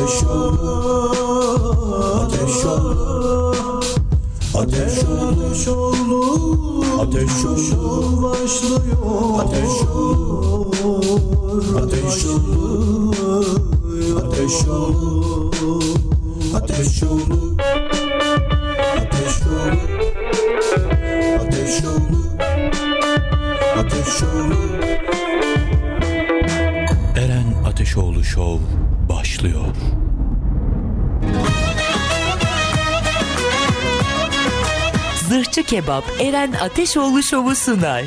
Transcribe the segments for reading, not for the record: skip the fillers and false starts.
Ateş olur, ateş olur, ateş olur, ateş olur, başlıyor. Ateş olur, ateş olur, ateş olur, ateş olur, ateş olur, ateş olur, ateş olur. Eren Ateşoğlu Show başlıyor. Zırhçı Kebap Eren Ateşoğlu Show'u sunar.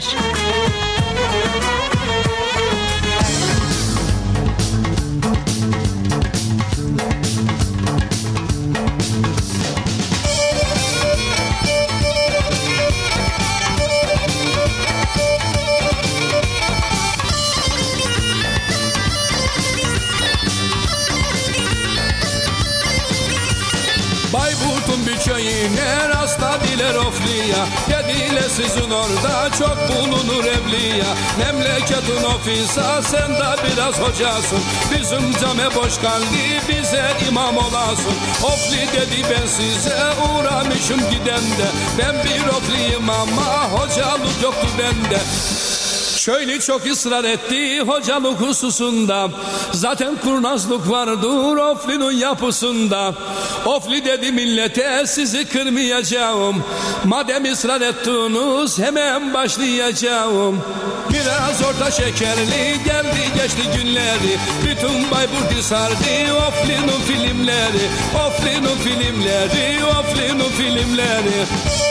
Bayburt'un bir köyüne rastladiler ofliya. Dediler sizin orada çok bulunur evliya. Memleketin ofisa sen de biraz hocasın. Bizim came boş kaldı bize imam olasın. Ofli dedi ben size uğramışım gidende. Ben bir ofliyim ama hocalık yoktu bende. Şöyle çok ısrar etti hocalık hususunda. Zaten kurnazlık vardır oflinin yapısında. Ofli dedi millete sizi kırmayacağım. Madem ısrar ettiniz hemen başlayacağım. Biraz orta şekerli geldi geçti günleri. Bütün Bayburt'u sardı oflinin filmleri. Oflinin filmleri, oflinin filmleri.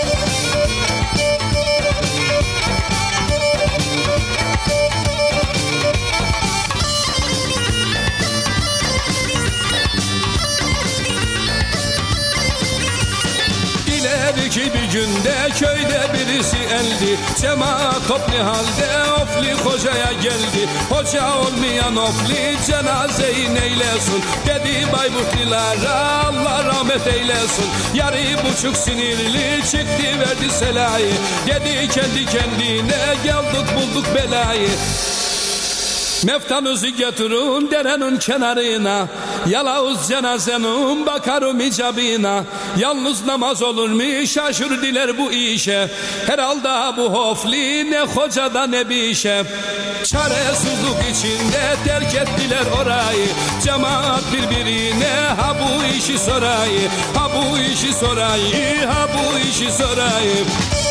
İleriki bir günde köyde birisi eldi. Cemaat toplu halde ofli hocaya geldi. Hoca olmayan ofli cenazeyi neylesin. Dedi Bayburtlulara Allah rahmet eylesin. Yarı buçuk sinirli çıktı verdi selayı. Dedi kendi kendine geldik bulduk belayı. Meftamızı getirin derenin kenarına. Yalavuz cenazenin bakarım icabına. Yalnız namaz olur mu şaşırdılar bu işe. Herhalde bu hofli ne hocada ne bir işe. Çaresizlik içinde terk ettiler orayı. Cemaat birbirine ha bu işi sorayı. Ha bu işi sorayı. Ha bu işi sorayı.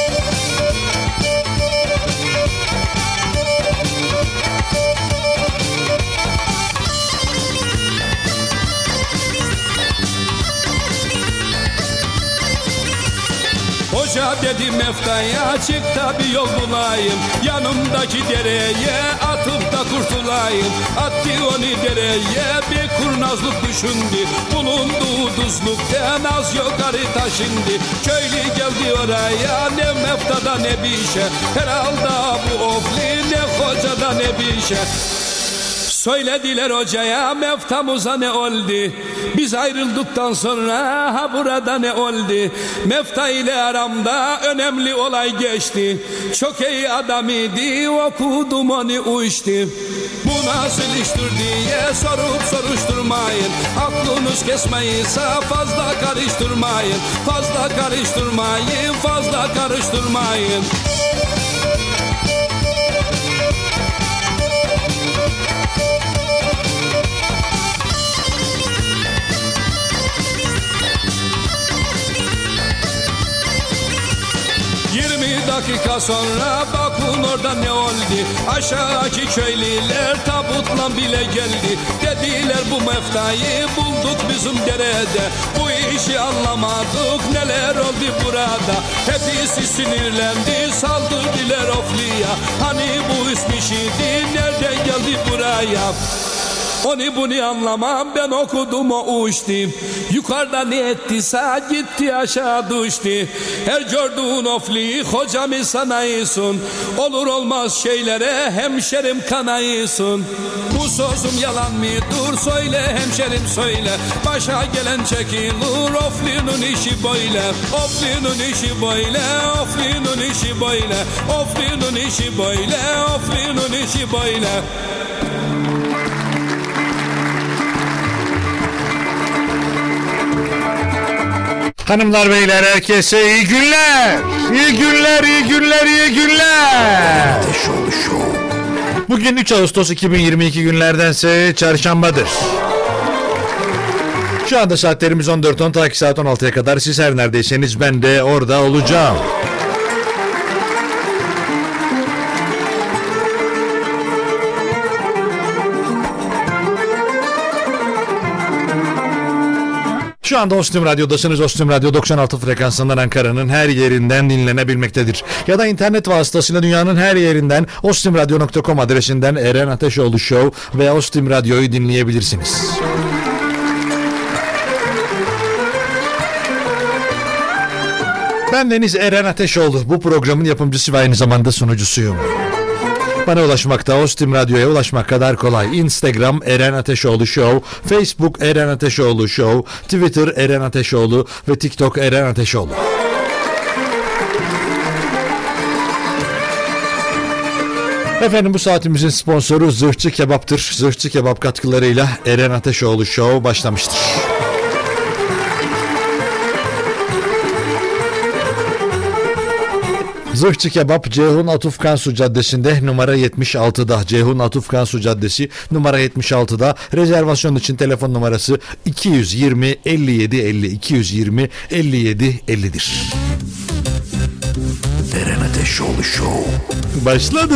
Hoca dedi meftaya çık da bir yol bulayım. Yanımdaki dereye atıp da kurtulayım. Attı onu dereye bir kurnazlık düşündü. Bulunduğu düzlükten az yukarı taşındı. Köylü geldi oraya ne meftada ne bir şey. Herhalde bu ofli ne hocada ne bir şey. Söylediler hocaya meftamıza ne oldu? Biz ayrıldıktan sonra ha burada ne oldu? Mefta ile aramda önemli olay geçti. Çok iyi adam idi okudum onu uçtu. Bu nasıl iştir diye sorup soruşturmayın. Aklınız kesmeyse fazla karıştırmayın. Fazla karıştırmayın, fazla karıştırmayın. 20 dakika sonra bakın orada ne oldu. Aşağıdaki köylüler tabutla bile geldi. Dediler bu meftayı bulduk bizim derede. Bu işi anlamadık neler oldu burada. Hepsi sinirlendi saldırdılar ofliya. Hani bu ismiş idi nereden geldi buraya? Onu bunu anlamam ben okudum o uçtu. Yukarıda ne ettiyse gitti aşağı düştü. Her gördüğün ofliyi hocamı sanayısın. Olur olmaz şeylere hemşerim kanayısın. Bu sözüm yalan mıdır söyle hemşerim söyle. Başa gelen çekilir oflinin işi böyle. Oflinin işi böyle. Oflinin işi böyle. Oflinin işi böyle. Oflinin işi böyle. Hanımlar beyler herkese iyi günler. İyi günler, iyi günler, iyi günler. Bugün 3 Ağustos 2022 günlerdense çarşambadır. Şu anda saatlerimiz 14.10 ta ki saat 16'ya kadar. Siz her neredeyseniz ben de orada olacağım. Şu anda Ostim Radyo'dasınız. Ostim Radyo 96 frekansından Ankara'nın her yerinden dinlenebilmektedir. Ya da internet vasıtasıyla dünyanın her yerinden ostimradyo.com adresinden Eren Ateşoğlu Show veya Ostim Radyo'yu dinleyebilirsiniz. Ben Deniz Eren Ateşoğlu. Bu programın yapımcısı ve aynı zamanda sunucusuyum. Bana ulaşmakta Ostim Radyo'ya ulaşmak kadar kolay. Instagram Eren Ateşoğlu Show, Facebook Eren Ateşoğlu Show, Twitter Eren Ateşoğlu ve TikTok Eren Ateşoğlu. Efendim bu saatimizin sponsoru Zırhçı Kebap'tır. Zırhçı Kebap katkılarıyla Eren Ateşoğlu Show başlamıştır. Zırhçı Kebap Ceyhun Atuf Kansu Caddesi'nde numara 76'da. Ceyhun Atuf Kansu Caddesi numara 76'da. Rezervasyon için telefon numarası 220 57 50 220 57 50'dir. Eren Ateşoğlu Show başladı.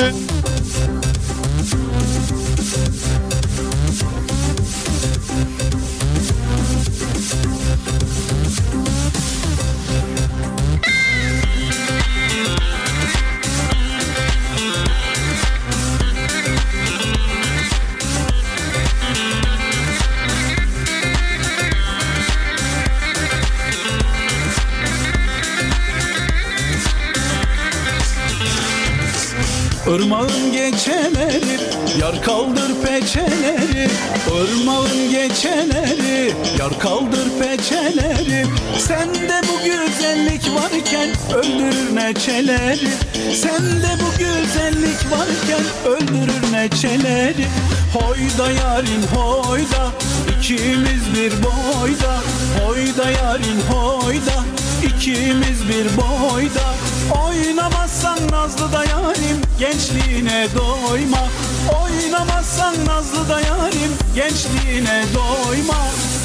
Irmağın geçeleri, yar kaldır peçeleri. Irmağın geçeleri, yar kaldır peçeleri. Sende bu güzellik varken öldürür neçeleri. Sende bu güzellik varken öldürür neçeleri. Hoyda yarim hoyda, ikimiz bir boyda. Hoyda yarim hoyda, ikimiz bir boyda. Oynamazsan nazlı da yarim, gençliğine doyma. Oynamazsan nazlı da yarim, gençliğine doyma.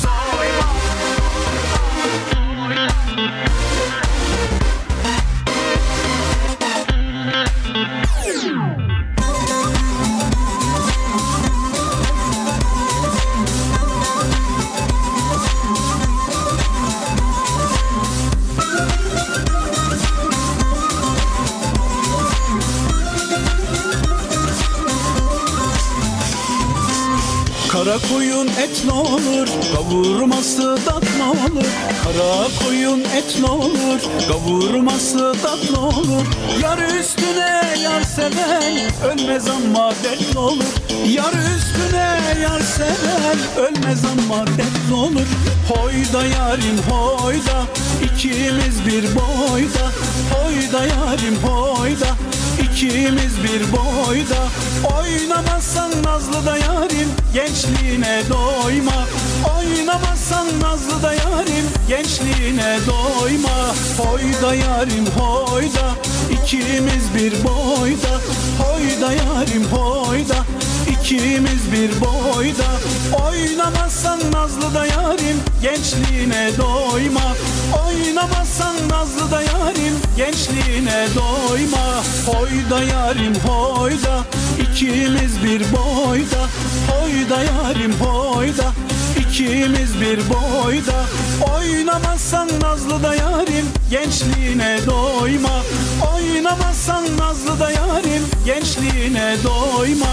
Kara koyun et ne olur, kavurması tatlı olur. Kara koyun et ne olur, kavurması tatlı olur. Yar üstüne yar seven, ölmez ama dertli olur. Yar üstüne yar seven, ölmez ama dertli olur. Hoyda yarim hoyda, ikimiz bir boyda. Hoyda yarim hoyda, ikimiz bir boyda. Oynamazsan nazlı da yarim, gençliğine doyma. Oynamazsan nazlı da yarim, gençliğine doyma. Hoyda yarim hoyda, ikimiz bir boyda. Hoyda yarim hoyda, ikimiz bir boyda. Oynamazsan nazlı da yarim, gençliğine doyma. Oynamazsan nazlı da yarim, gençliğine doyma. Hoyda yarim hoyda, ikimiz bir boyda. Hoyda yarim hoyda, ikimiz bir boyda. Oynamazsan nazlı da yarim, gençliğine doyma. Oynamazsan nazlı da yarim, gençliğine doyma.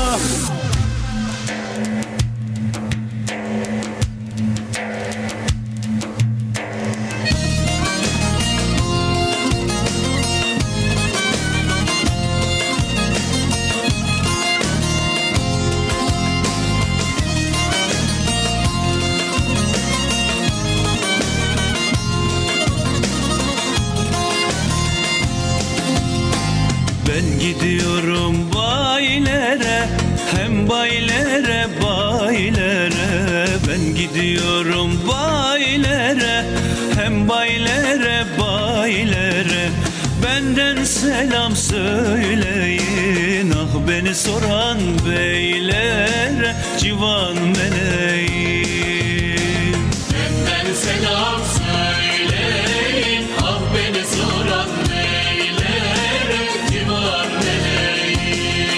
Ben gidiyorum baylere, hem baylere baylere. Ben gidiyorum baylere, hem baylere beylere baylere benden selam söyleyin. Ah beni soran beylere civan meleğim. Benden selam söyleyin. Ah beni soran beylere civan meleğim.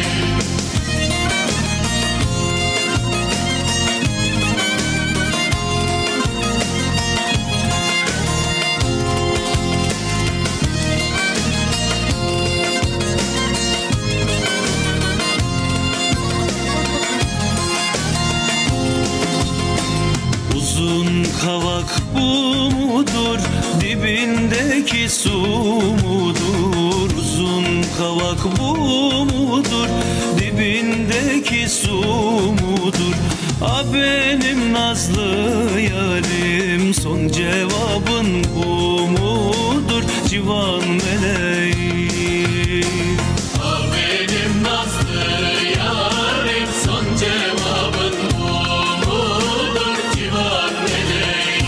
Uzun kavak bu mudur, dibindeki su mudur? Uzun kavak bu mudur, dibindeki su mudur? Ah benim nazlı yarim, son cevabın bu mudur? Civan meleğim. Ah benim nazlı yarim, son cevabın bu mudur? Civan meleğim.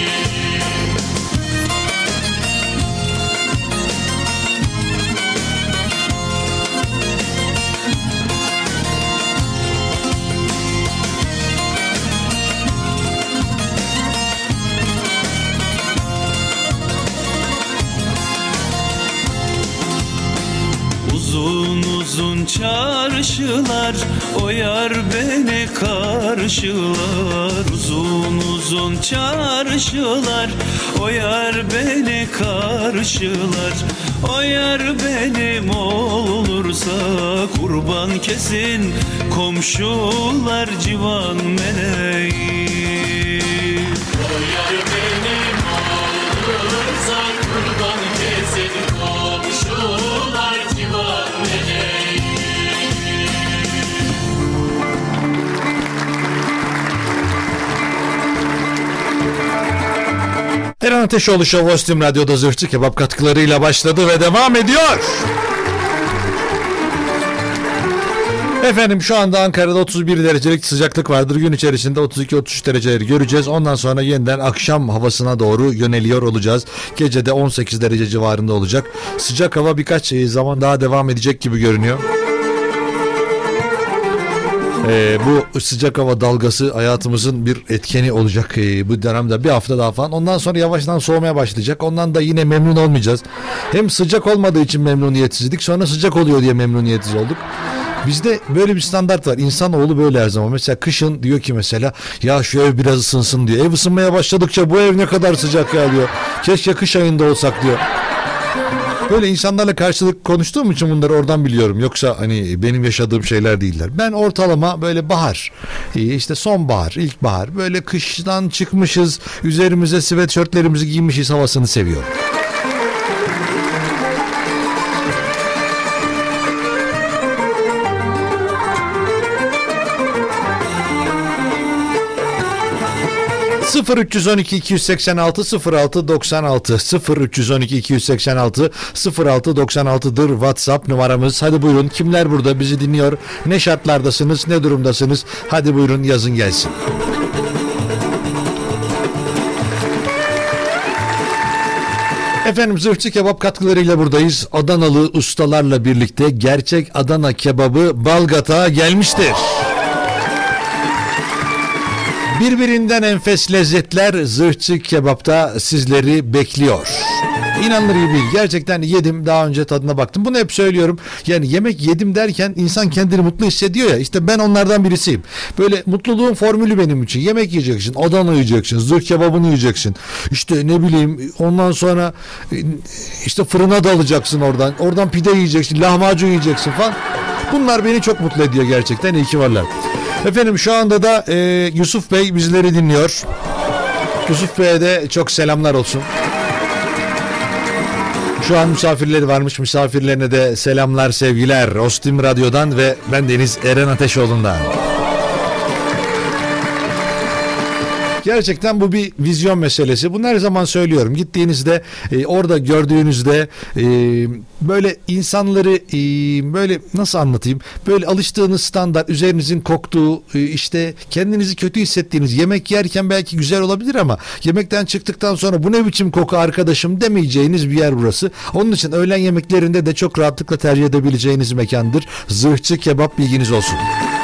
Uzun uzun çarşılar oyar beni karşılar. Uzun uzun çarşılar oyar beni karşılar. Oyar benim olursa kurban kesin komşular civan meleğim. Oyar benim olursa kurban kesin komşular civan meleğim. Eren Ateşoğlu Show Ostim Radyo'da Zırhçı Kebap katkılarıyla başladı ve devam ediyor. Efendim şu anda Ankara'da 31 derecelik sıcaklık vardır. Gün içerisinde 32-33 dereceleri göreceğiz. Ondan sonra yeniden akşam havasına doğru yöneliyor olacağız. Gece de 18 derece civarında olacak. Sıcak hava birkaç zaman daha devam edecek gibi görünüyor. Bu sıcak hava dalgası hayatımızın bir etkeni olacak bu dönemde, bir hafta daha falan. Ondan sonra yavaştan soğumaya başlayacak. Ondan da yine memnun olmayacağız. Hem sıcak olmadığı için memnuniyetsizlik, sonra sıcak oluyor diye memnuniyetsiz olduk. Bizde böyle bir standart var. İnsanoğlu böyle her zaman. Mesela kışın diyor ki mesela ya şu ev biraz ısınsın diyor. Ev ısınmaya başladıkça bu ev ne kadar sıcak ya diyor. Keşke kış ayında olsak diyor. Böyle insanlarla karşılık konuştuğum için bunları oradan biliyorum. Yoksa hani benim yaşadığım şeyler değiller. Ben ortalama böyle bahar, işte sonbahar, ilkbahar, böyle kıştan çıkmışız, üzerimize sweatshirtlerimizi giymişiz havasını seviyorum. ...0312-286-0696... ...0312-286-0696'dır WhatsApp numaramız. Hadi buyurun, kimler burada bizi dinliyor? Ne şartlardasınız, ne durumdasınız? Hadi buyurun, yazın gelsin. Efendim Zırhçı Kebap katkılarıyla buradayız. Adanalı ustalarla birlikte gerçek Adana kebabı Balgat'a gelmiştir. Birbirinden enfes lezzetler Zırhçı Kebap'ta sizleri bekliyor. İnanılır gibi değil. Gerçekten yedim, daha önce tadına baktım. Bunu hep söylüyorum. Yani yemek yedim derken insan kendini mutlu hissediyor ya. İşte ben onlardan birisiyim. Böyle mutluluğun formülü benim için. Yemek yiyeceksin, Adana yiyeceksin, zırh kebabını yiyeceksin. İşte ne bileyim, ondan sonra işte fırına dalacaksın oradan. Oradan pide yiyeceksin, lahmacun yiyeceksin falan. Bunlar beni çok mutlu ediyor gerçekten. İyi ki varlar. Efendim şu anda da Yusuf Bey bizleri dinliyor. Yusuf Bey'e de çok selamlar olsun. Şu an misafirleri varmış. Misafirlerine de selamlar, sevgiler. Ostim Radyo'dan ve ben Deniz Eren Ateşoğlu'ndan. Gerçekten bu bir vizyon meselesi. Bunu her zaman söylüyorum. Gittiğinizde orada gördüğünüzde böyle insanları böyle nasıl anlatayım? Böyle alıştığınız standart, üzerinizin koktuğu, işte kendinizi kötü hissettiğiniz, yemek yerken belki güzel olabilir ama yemekten çıktıktan sonra bu ne biçim koku arkadaşım demeyeceğiniz bir yer burası. Onun için öğlen yemeklerinde de çok rahatlıkla tercih edebileceğiniz mekandır. Zırhçı Kebap, bilginiz olsun.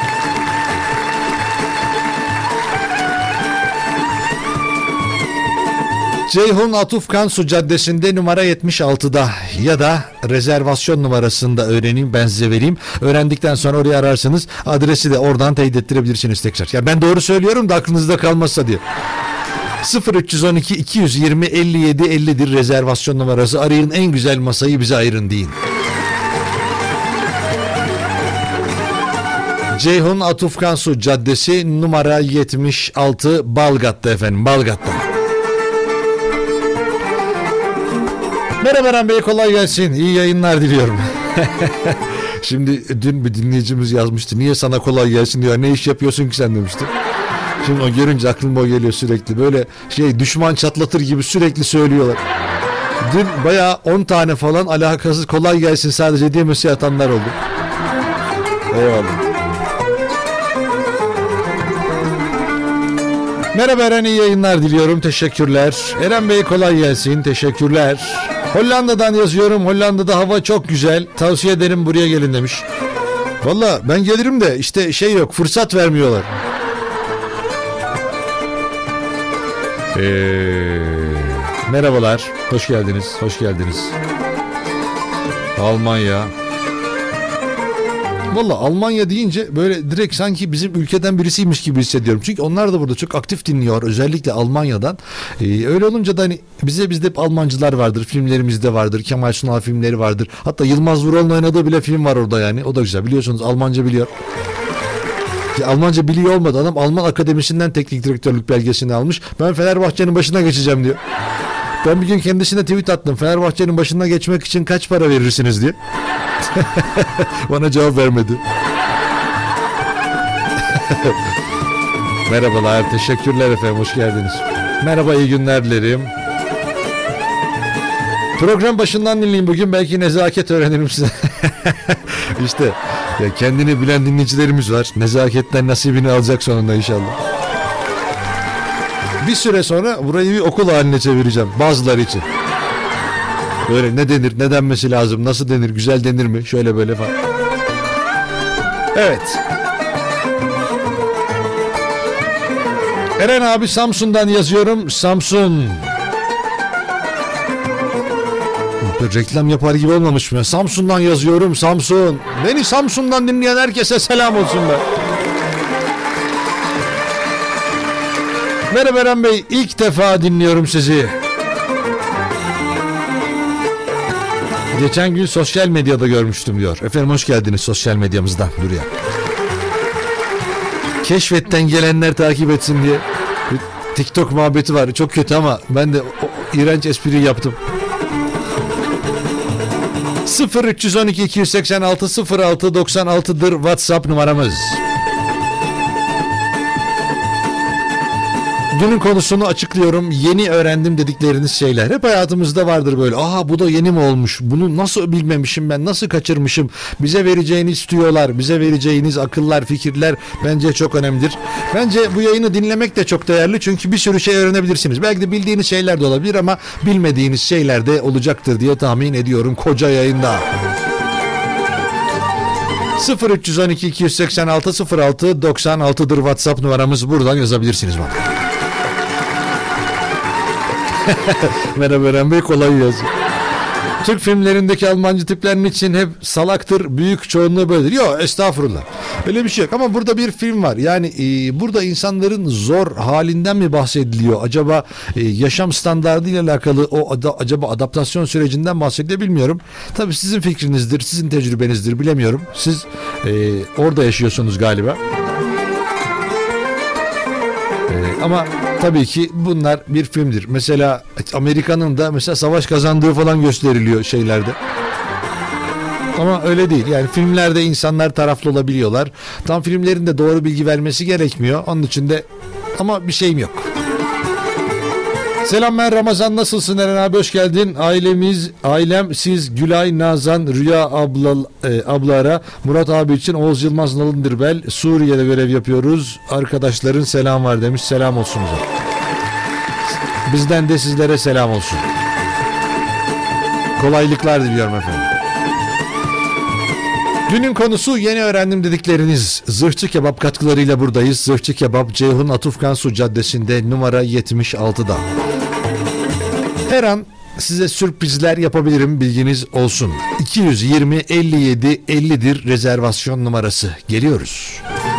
Ceyhun Atuf Kansu Caddesi'nde numara 76'da ya da rezervasyon numarasını da öğreneyim, ben size vereyim. Öğrendikten sonra oraya ararsınız. Adresi de oradan teyit ettirebilirsiniz tekrar. Ya ben doğru söylüyorum da aklınızda kalmazsa diye. 0312 220 57 50'dir rezervasyon numarası. Arayın, en güzel masayı bize ayırın deyin. Ceyhun Atuf Kansu Caddesi numara 76 Balgat'ta efendim, Balgat'ta. Merhaba Eren Bey, kolay gelsin. İyi yayınlar diliyorum. Şimdi dün bir dinleyicimiz yazmıştı. Niye sana kolay gelsin diyor. Ne iş yapıyorsun ki sen demişti. Şimdi o görünce aklıma o geliyor sürekli. Böyle düşman çatlatır gibi sürekli söylüyorlar. Dün bayağı 10 tane falan alakasız kolay gelsin sadece diye mesaj atanlar oldu. Eyvallah. Merhaba Eren, iyi yayınlar diliyorum. Teşekkürler. Eren Bey kolay gelsin. Teşekkürler. Hollanda'dan yazıyorum. Hollanda'da hava çok güzel. Tavsiye ederim, buraya gelin demiş. Valla ben gelirim de işte yok, fırsat vermiyorlar. Merhabalar. Hoş geldiniz. Hoş geldiniz. Almanya. Valla Almanya deyince böyle direkt sanki bizim ülkeden birisiymiş gibi hissediyorum. Çünkü onlar da burada çok aktif dinliyor. Özellikle Almanya'dan. Öyle olunca da hani bizde hep Almancılar vardır. Filmlerimizde vardır. Kemal Sunal filmleri vardır. Hatta Yılmaz Vural'ın oynadığı bile film var orada yani. O da güzel. Biliyorsunuz Almanca biliyor. Almanca biliyor olmadı. Adam Alman Akademisi'nden teknik direktörlük belgesini almış. Ben Fenerbahçe'nin başına geçeceğim diyor. Ben bir gün kendisine tweet attım. Fenerbahçe'nin başına geçmek için kaç para verirsiniz diye. Bana cevap vermedi. Merhabalar, teşekkürler efendim, hoş geldiniz. Merhaba, iyi günler dilerim. Program başından dinleyin bugün, belki nezaket öğrenirim size. İşte ya, kendini bilen dinleyicilerimiz var. Nezaketten nasibini alacak sonunda inşallah. Bir süre sonra burayı bir okul haline çevireceğim bazıları için. Böyle ne denir, ne denmesi lazım, nasıl denir, güzel denir mi, şöyle böyle falan. Evet. Eren abi Samsun'dan yazıyorum. Samsun. Bir reklam yapar gibi olmamış mı? Samsun'dan yazıyorum, Samsun. Beni Samsun'dan dinleyen herkese selam olsun be. Merhaba Eren Bey, ilk defa dinliyorum sizi. Geçen gün sosyal medyada görmüştüm diyor. Efendim hoş geldiniz sosyal medyamızdan buraya. Keşfetten gelenler takip etsin diye bir TikTok muhabbeti var. Çok kötü ama ben de o iğrenç espriyi yaptım. 0312 286 06 96'dır WhatsApp numaramız. Günün konusunu açıklıyorum. Yeni öğrendim dedikleriniz şeyler. Hep hayatımızda vardır böyle. Aa, bu da yeni mi olmuş? Bunu nasıl bilmemişim ben? Nasıl kaçırmışım? Bize vereceğiniz tüyolar, bize vereceğiniz akıllar, fikirler bence çok önemlidir. Bence bu yayını dinlemek de çok değerli. Çünkü bir sürü şey öğrenebilirsiniz. Belki de bildiğiniz şeyler de olabilir ama bilmediğiniz şeyler de olacaktır diye tahmin ediyorum koca yayında. 0312 286 06 96'dır WhatsApp numaramız. Buradan yazabilirsiniz bana. Merhaba Eren Bey, kolay gelsin. Türk filmlerindeki Almancı tiplerin için hep salaktır, büyük çoğunluğu böyledir. Yok, estağfurullah. Öyle bir şey yok ama burada bir film var. Yani burada insanların zor halinden mi bahsediliyor? Acaba yaşam standardıyla alakalı acaba adaptasyon sürecinden bahsediliyor, bilmiyorum. Tabii sizin fikrinizdir, sizin tecrübenizdir, bilemiyorum. Siz orada yaşıyorsunuz galiba. Ama tabii ki bunlar bir filmdir. Mesela Amerika'nın da mesela savaş kazandığı falan gösteriliyor şeylerde. Ama öyle değil. Yani filmlerde insanlar taraflı olabiliyorlar. Tam filmlerin de doğru bilgi vermesi gerekmiyor. Onun için de ama bir şeyim yok. Selamlar Ramazan, nasılsın Eren abi, hoş geldin. Ailem siz Gülay, Nazan, Rüya ablara, Murat abi için Oğuz Yılmaz, Nalındırbel, Suriye'de görev yapıyoruz. Arkadaşların selam var demiş. Selam olsun hocam. Bizden de sizlere selam olsun. Kolaylıklar diliyorum efendim. Günün konusu yeni öğrendim dedikleriniz. Zırhçı Kebap katkılarıyla buradayız. Zırhçı Kebap Ceyhun Atufkansu Caddesi'nde numara 76'da. Her an size sürprizler yapabilirim, bilginiz olsun. 220 57 50'dir rezervasyon numarası. Geliyoruz.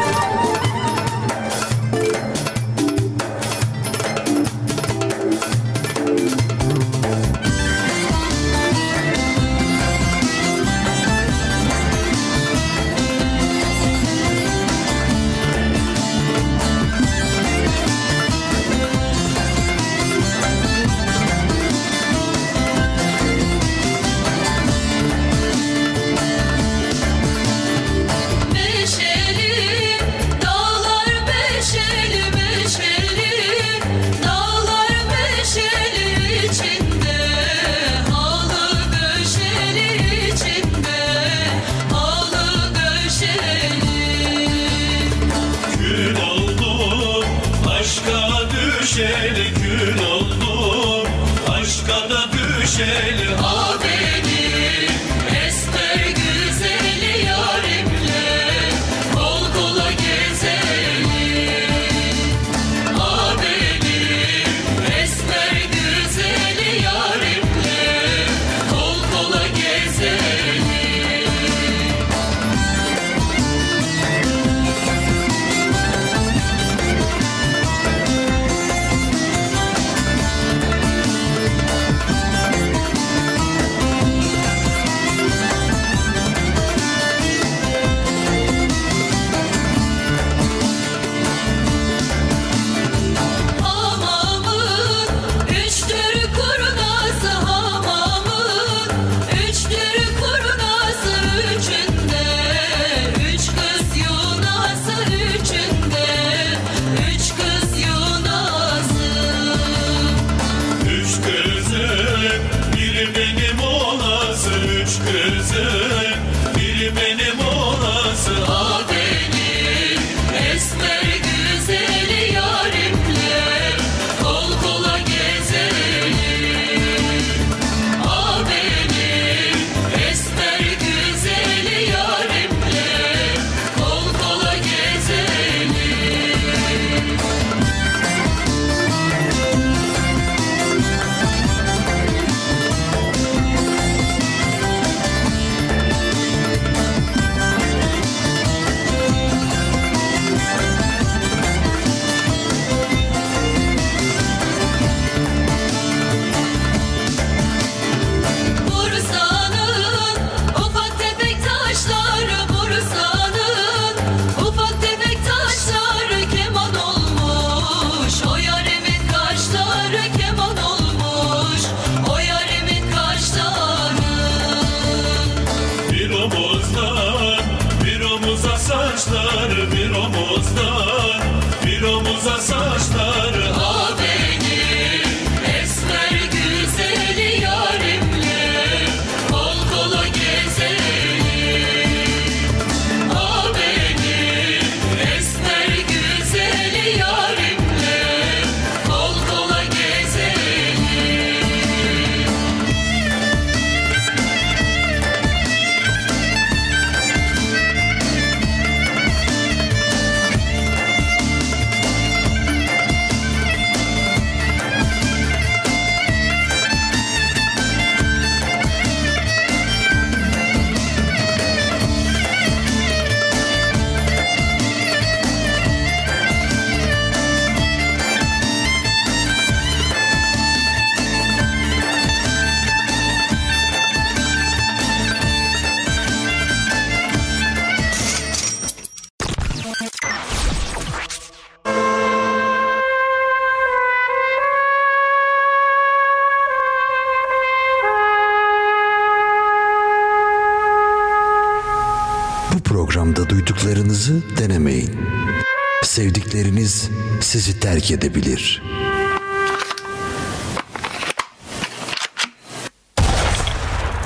programda duyduklarınızı denemeyin. Sevdikleriniz sizi terk edebilir.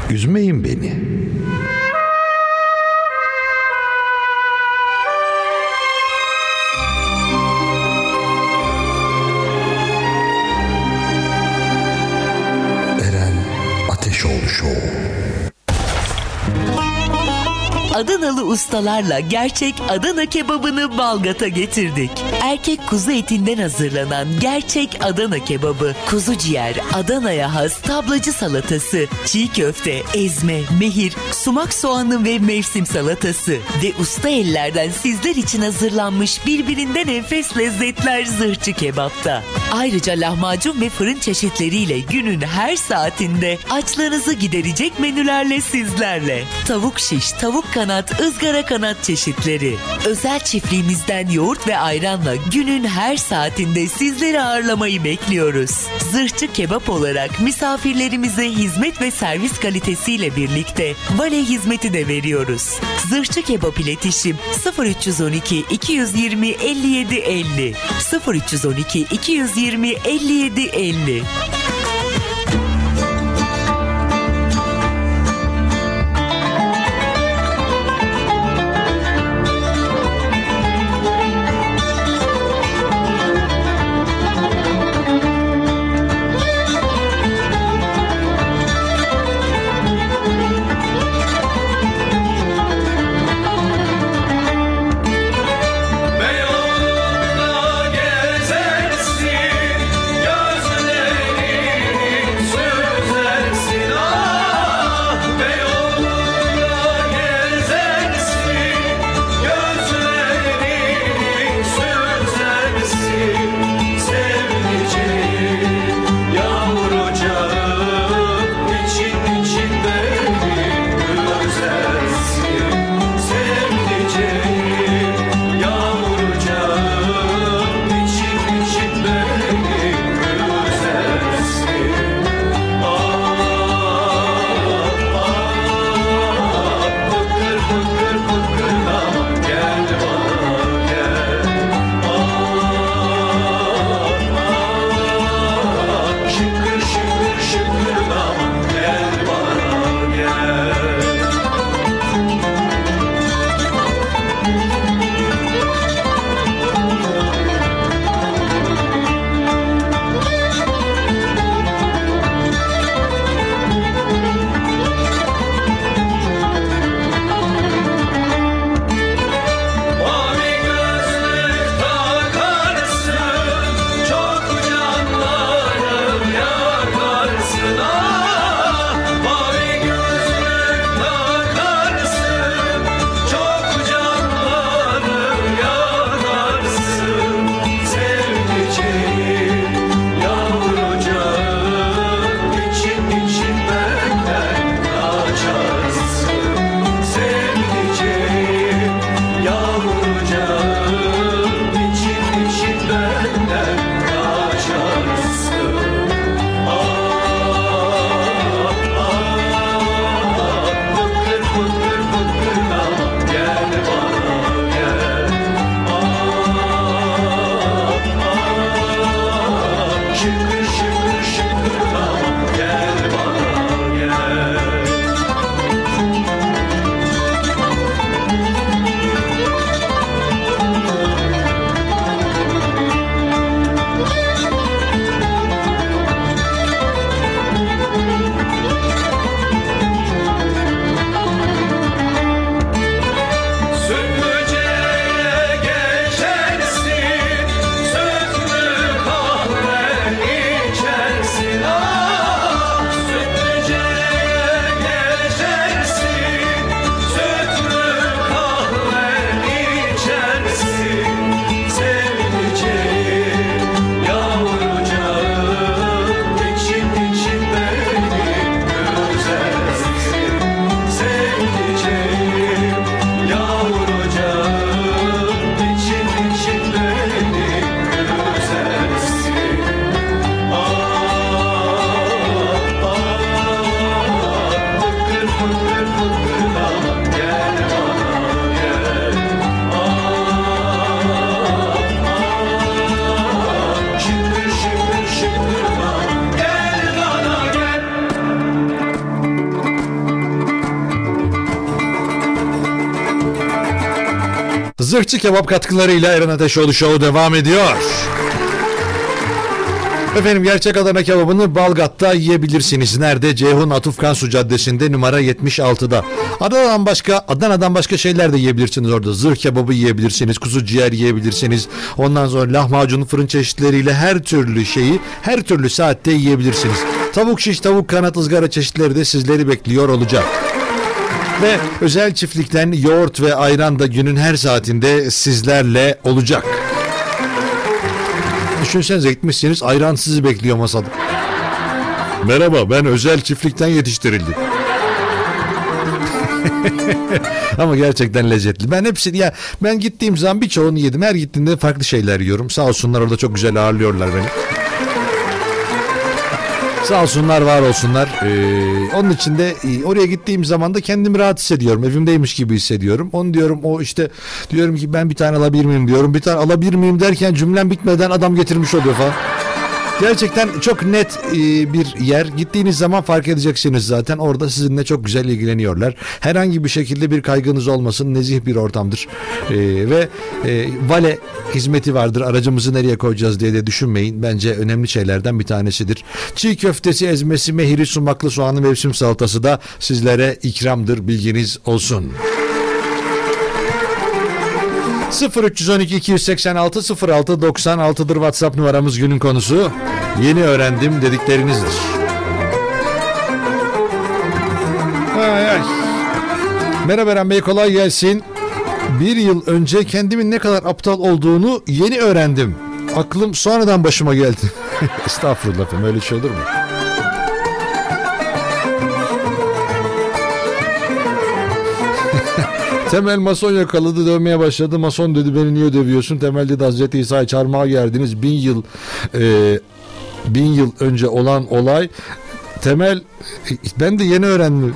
Üzmeyin beni. Eren Ateşoğlu Show. Adanalı ustalarla gerçek Adana kebabını Balgat'a getirdik. Erkek kuzu etinden hazırlanan gerçek Adana kebabı, kuzu ciğer, Adana'ya has tablacı salatası, çiğ köfte, ezme, mehir, sumak soğanı ve mevsim salatası ve usta ellerden sizler için hazırlanmış birbirinden enfes lezzetler Zırhçı Kebap'ta. Ayrıca lahmacun ve fırın çeşitleriyle günün her saatinde açlığınızı giderecek menülerle sizlerle. Tavuk şiş, tavuk kanat, ızgara kanat çeşitleri. Özel çiftliğimizden yoğurt ve ayranla günün her saatinde sizleri ağırlamayı bekliyoruz. Zırhçı Kebap olarak misafirlerimize hizmet ve servis kalitesiyle birlikte vale hizmeti de veriyoruz. Zırhçı Kebap iletişim 0312 220 57 50 0312 220 57 50. Beyoğlu'nda gezersin, gözlerin Zırhçı Kebap katkılarıyla Eren Ateşoğlu Show devam ediyor. Efendim, gerçek Adana kebabını Balgat'ta yiyebilirsiniz. Nerede? Ceyhun Atuf Kansu Caddesi'nde numara 76'da. Adana'dan başka şeyler de yiyebilirsiniz orada. Zırh kebabı yiyebilirsiniz, kuzu ciğer yiyebilirsiniz. Ondan sonra lahmacun, fırın çeşitleriyle her türlü şeyi her türlü saatte yiyebilirsiniz. Tavuk şiş, tavuk kanat, ızgara çeşitleri de sizleri bekliyor olacak. Ve özel çiftlikten yoğurt ve ayran da günün her saatinde sizlerle olacak. Düşünsenize, gitmişsiniz, ayran sizi bekliyor masada. Merhaba, ben özel çiftlikten yetiştirildim. Ama gerçekten lezzetli. Ben gittiğim zaman birçoğunu yedim. Her gittiğimde farklı şeyler yiyorum. Sağ olsunlar, orada çok güzel ağırlıyorlar beni. Sağ olsunlar, var olsunlar. Onun için de oraya gittiğim zaman da kendimi rahat hissediyorum. Evimdeymiş gibi hissediyorum. Onu diyorum, diyorum ki ben bir tane alabilir miyim diyorum. Bir tane alabilir miyim derken cümlem bitmeden adam getirmiş oluyor falan. Gerçekten çok net bir yer. Gittiğiniz zaman fark edeceksiniz zaten. Orada sizinle çok güzel ilgileniyorlar. Herhangi bir şekilde bir kaygınız olmasın. Nezih bir ortamdır. Ve vale hizmeti vardır. Aracımızı nereye koyacağız diye de düşünmeyin. Bence önemli şeylerden bir tanesidir. Çiğ köftesi, ezmesi, mehiri, sumaklı soğanlı mevsim salatası da sizlere ikramdır. Bilginiz olsun. 0312 286 06 96'dır WhatsApp numaramız. Günün konusu yeni öğrendim dediklerinizdir. Ay. Merhaba Eren Bey, kolay gelsin. Bir yıl önce kendimin ne kadar aptal olduğunu yeni öğrendim. Aklım sonradan başıma geldi. Estağfurullah efendim, öyle şey olur mu? Temel mason yakaladı, dövmeye başladı. Mason dedi, beni niye dövüyorsun? Temel dedi, Hazreti İsa'yı çarmıha gerdiniz. 1000 yıl önce olan olay. Temel, ben de yeni öğrendim.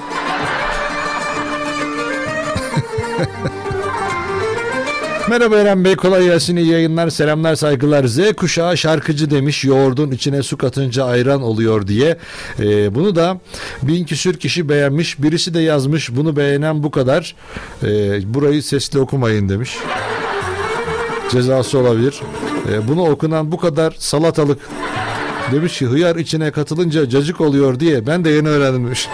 Merhaba Eren Bey, kolay gelsin, iyi yayınlar, selamlar, saygılar. Z kuşağı şarkıcı demiş, yoğurdun içine su katınca ayran oluyor diye. Bunu da 1000 küsür kişi beğenmiş. Birisi de yazmış, bunu beğenen bu kadar. Burayı sesli okumayın demiş. Cezası olabilir. Bunu okunan bu kadar salatalık demiş ki, hıyar içine katılınca cacık oluyor diye. Ben de yeni öğrendim demiş.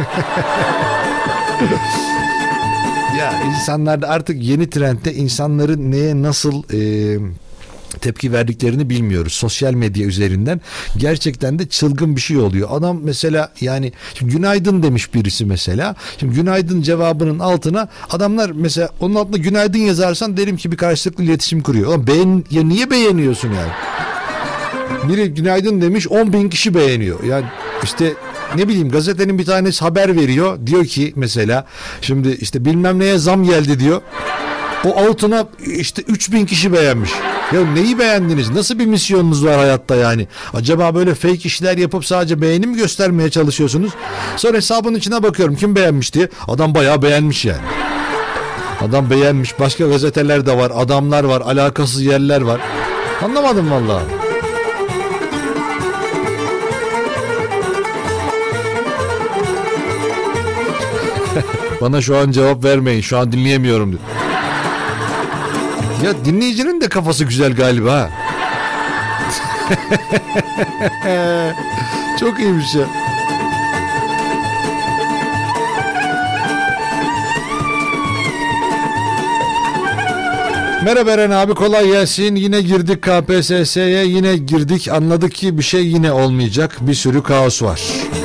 Ya insanlar da artık yeni trendde insanların neye nasıl tepki verdiklerini bilmiyoruz. Sosyal medya üzerinden gerçekten de çılgın bir şey oluyor. Adam mesela, yani günaydın demiş birisi mesela. Şimdi günaydın cevabının altına adamlar, mesela onun altına günaydın yazarsan derim ki bir karşılıklı iletişim kuruyor. Ama ya niye beğeniyorsun yani? Biri günaydın demiş, 10.000 kişi beğeniyor. Yani işte ne bileyim, gazetenin bir tanesi haber veriyor. Diyor ki mesela, şimdi işte bilmem neye zam geldi diyor. O altına işte 3000 kişi beğenmiş. Ya neyi beğendiniz? Nasıl bir misyonunuz var hayatta yani? Acaba böyle fake işler yapıp sadece beğeni mi göstermeye çalışıyorsunuz? Sonra hesabın içine bakıyorum kim beğenmiş diye. Adam bayağı beğenmiş yani. Adam beğenmiş. Başka gazeteler de var. Adamlar var. Alakasız yerler var. Anlamadım vallahi. Bana şu an cevap vermeyin. Şu an dinleyemiyorum diyor. Ya dinleyicinin de kafası güzel galiba. Çok iyiymiş ya. Merhaba Eren abi, kolay gelsin. Yine girdik KPSS'ye, yine girdik. Anladık ki bir şey yine olmayacak. Bir sürü kaos var.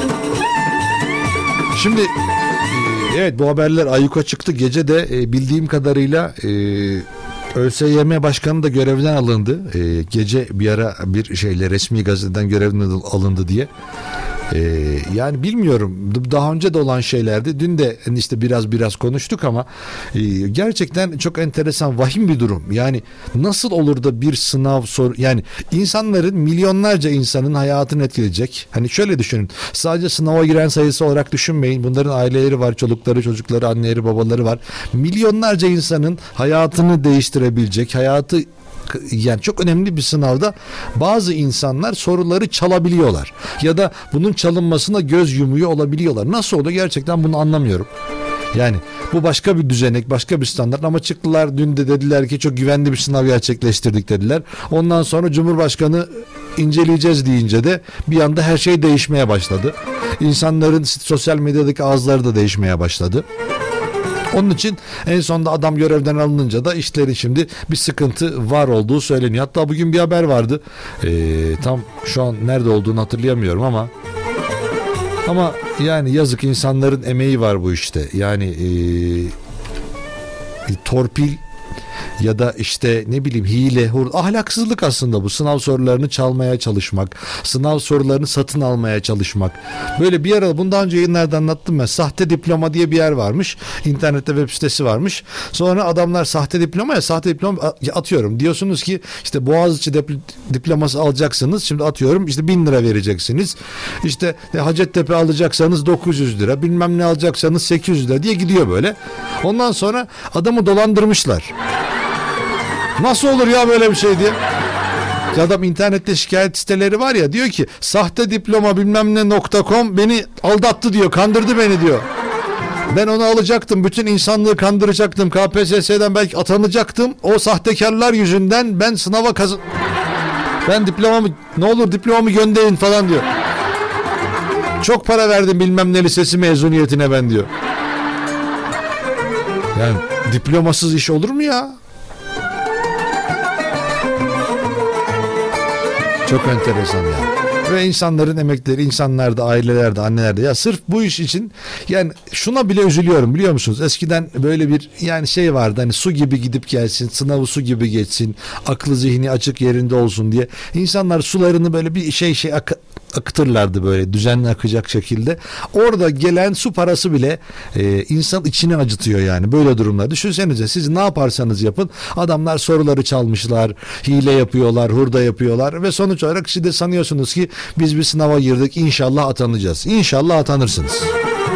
Şimdi evet, bu haberler ayyuka çıktı. Gece de bildiğim kadarıyla ÖSYM Başkanı da görevden alındı. Gece bir ara bir şeyle resmi gazeteden görevden alındı diye. Yani bilmiyorum, daha önce de olan şeylerdi. Dün de işte biraz konuştuk ama gerçekten çok enteresan, vahim bir durum. Yani nasıl olur da bir sınav yani insanların, milyonlarca insanın hayatını etkileyecek. Hani şöyle düşünün, sadece sınava giren sayısı olarak düşünmeyin. Bunların aileleri var, çolukları, çocukları, anneleri, babaları var. Milyonlarca insanın hayatını değiştirebilecek, hayatı, yani çok önemli bir sınavda bazı insanlar soruları çalabiliyorlar ya da bunun çalınmasına göz yumuyor olabiliyorlar. Nasıl oluyor gerçekten, bunu anlamıyorum. Yani bu başka bir düzenek, başka bir standart ama çıktılar dün de dediler ki çok güvenli bir sınav gerçekleştirdik dediler. Ondan sonra Cumhurbaşkanı inceleyeceğiz deyince de bir anda her şey değişmeye başladı. İnsanların sosyal medyadaki ağızları da değişmeye başladı. Onun için en sonunda adam görevden alınınca da işlerin şimdi bir sıkıntı var olduğu söyleniyor. Hatta bugün bir haber vardı. Tam şu an nerede olduğunu hatırlayamıyorum ama yani yazık, insanların emeği var bu işte. Yani torpil ya da işte ne bileyim hile, ahlaksızlık aslında bu. Sınav sorularını çalmaya çalışmak, sınav sorularını satın almaya çalışmak. Böyle bir ara, bunu daha önce yayınlarda anlattım ben. Sahte diploma diye bir yer varmış. İnternette web sitesi varmış. Sonra adamlar sahte diploma atıyorum. Diyorsunuz ki işte Boğaziçi diploması alacaksınız. Şimdi atıyorum işte 1000 lira vereceksiniz. İşte Hacettepe alacaksanız 900 lira. Bilmem ne alacaksanız 800 lira diye gidiyor böyle. Ondan sonra adamı dolandırmışlar. Nasıl olur ya böyle bir şey diye. Adam internette şikayet siteleri var ya, diyor ki sahte diploma bilmem ne.com beni aldattı diyor, kandırdı beni diyor. Ben onu alacaktım, bütün insanlığı kandıracaktım, KPSS'den belki atanacaktım. O sahtekarlar yüzünden ben sınava ben diplomamı, ne olur diplomamı gönderin falan diyor. Çok para verdim bilmem ne lisesi mezuniyetine ben diyor. Yani diplomasız iş olur mu ya? Çok enteresan yani. Ve insanların emekleri, insanlarda, ailelerde, annelerde, ya sırf bu iş için yani şuna bile üzülüyorum, biliyor musunuz? Eskiden böyle bir yani şey vardı, hani su gibi gidip gelsin, sınavı su gibi geçsin, aklı zihni açık yerinde olsun diye. İnsanlar sularını böyle bir akıtırlardı böyle düzenli akacak şekilde. Orada gelen su parası bile insan içini acıtıyor yani böyle durumlar. Düşünsenize, siz ne yaparsanız yapın adamlar soruları çalmışlar, hile yapıyorlar, hurda yapıyorlar ve sonuç olarak siz de sanıyorsunuz ki biz bir sınava girdik, inşallah atanacağız. İnşallah atanırsınız.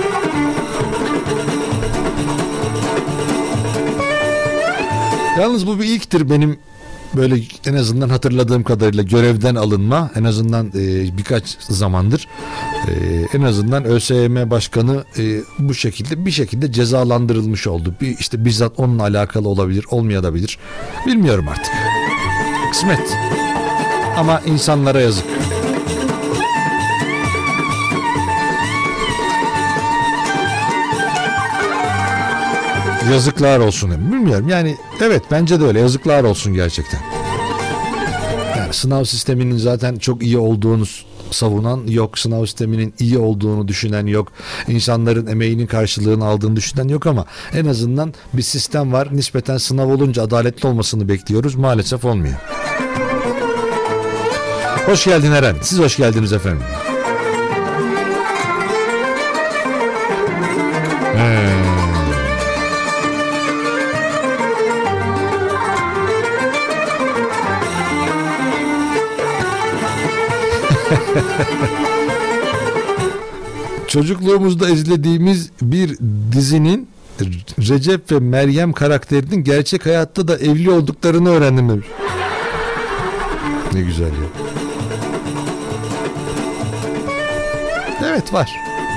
Yalnız bu bir ilktir benim böyle en azından hatırladığım kadarıyla görevden alınma, en azından birkaç zamandır en azından ÖSYM Başkanı bu şekilde bir şekilde cezalandırılmış oldu. İşte bizzat onunla alakalı olabilir, olmayabilir. Bilmiyorum artık. Kısmet. Ama insanlara yazık. Yazıklar olsun. Bilmiyorum yani, evet bence de öyle, yazıklar olsun gerçekten. Yani sınav sisteminin zaten çok iyi olduğunu savunan yok, sınav sisteminin iyi olduğunu düşünen yok, insanların emeğinin karşılığını aldığını düşünen yok ama en azından bir sistem var. Nispeten sınav olunca adaletli olmasını bekliyoruz, maalesef olmuyor. Hoş geldin Eren. Siz hoş geldiniz efendim. Çocukluğumuzda izlediğimiz bir dizinin Recep ve Meryem karakterinin gerçek hayatta da evli olduklarını öğrendim demiş. Ne güzel ya. Evet, var.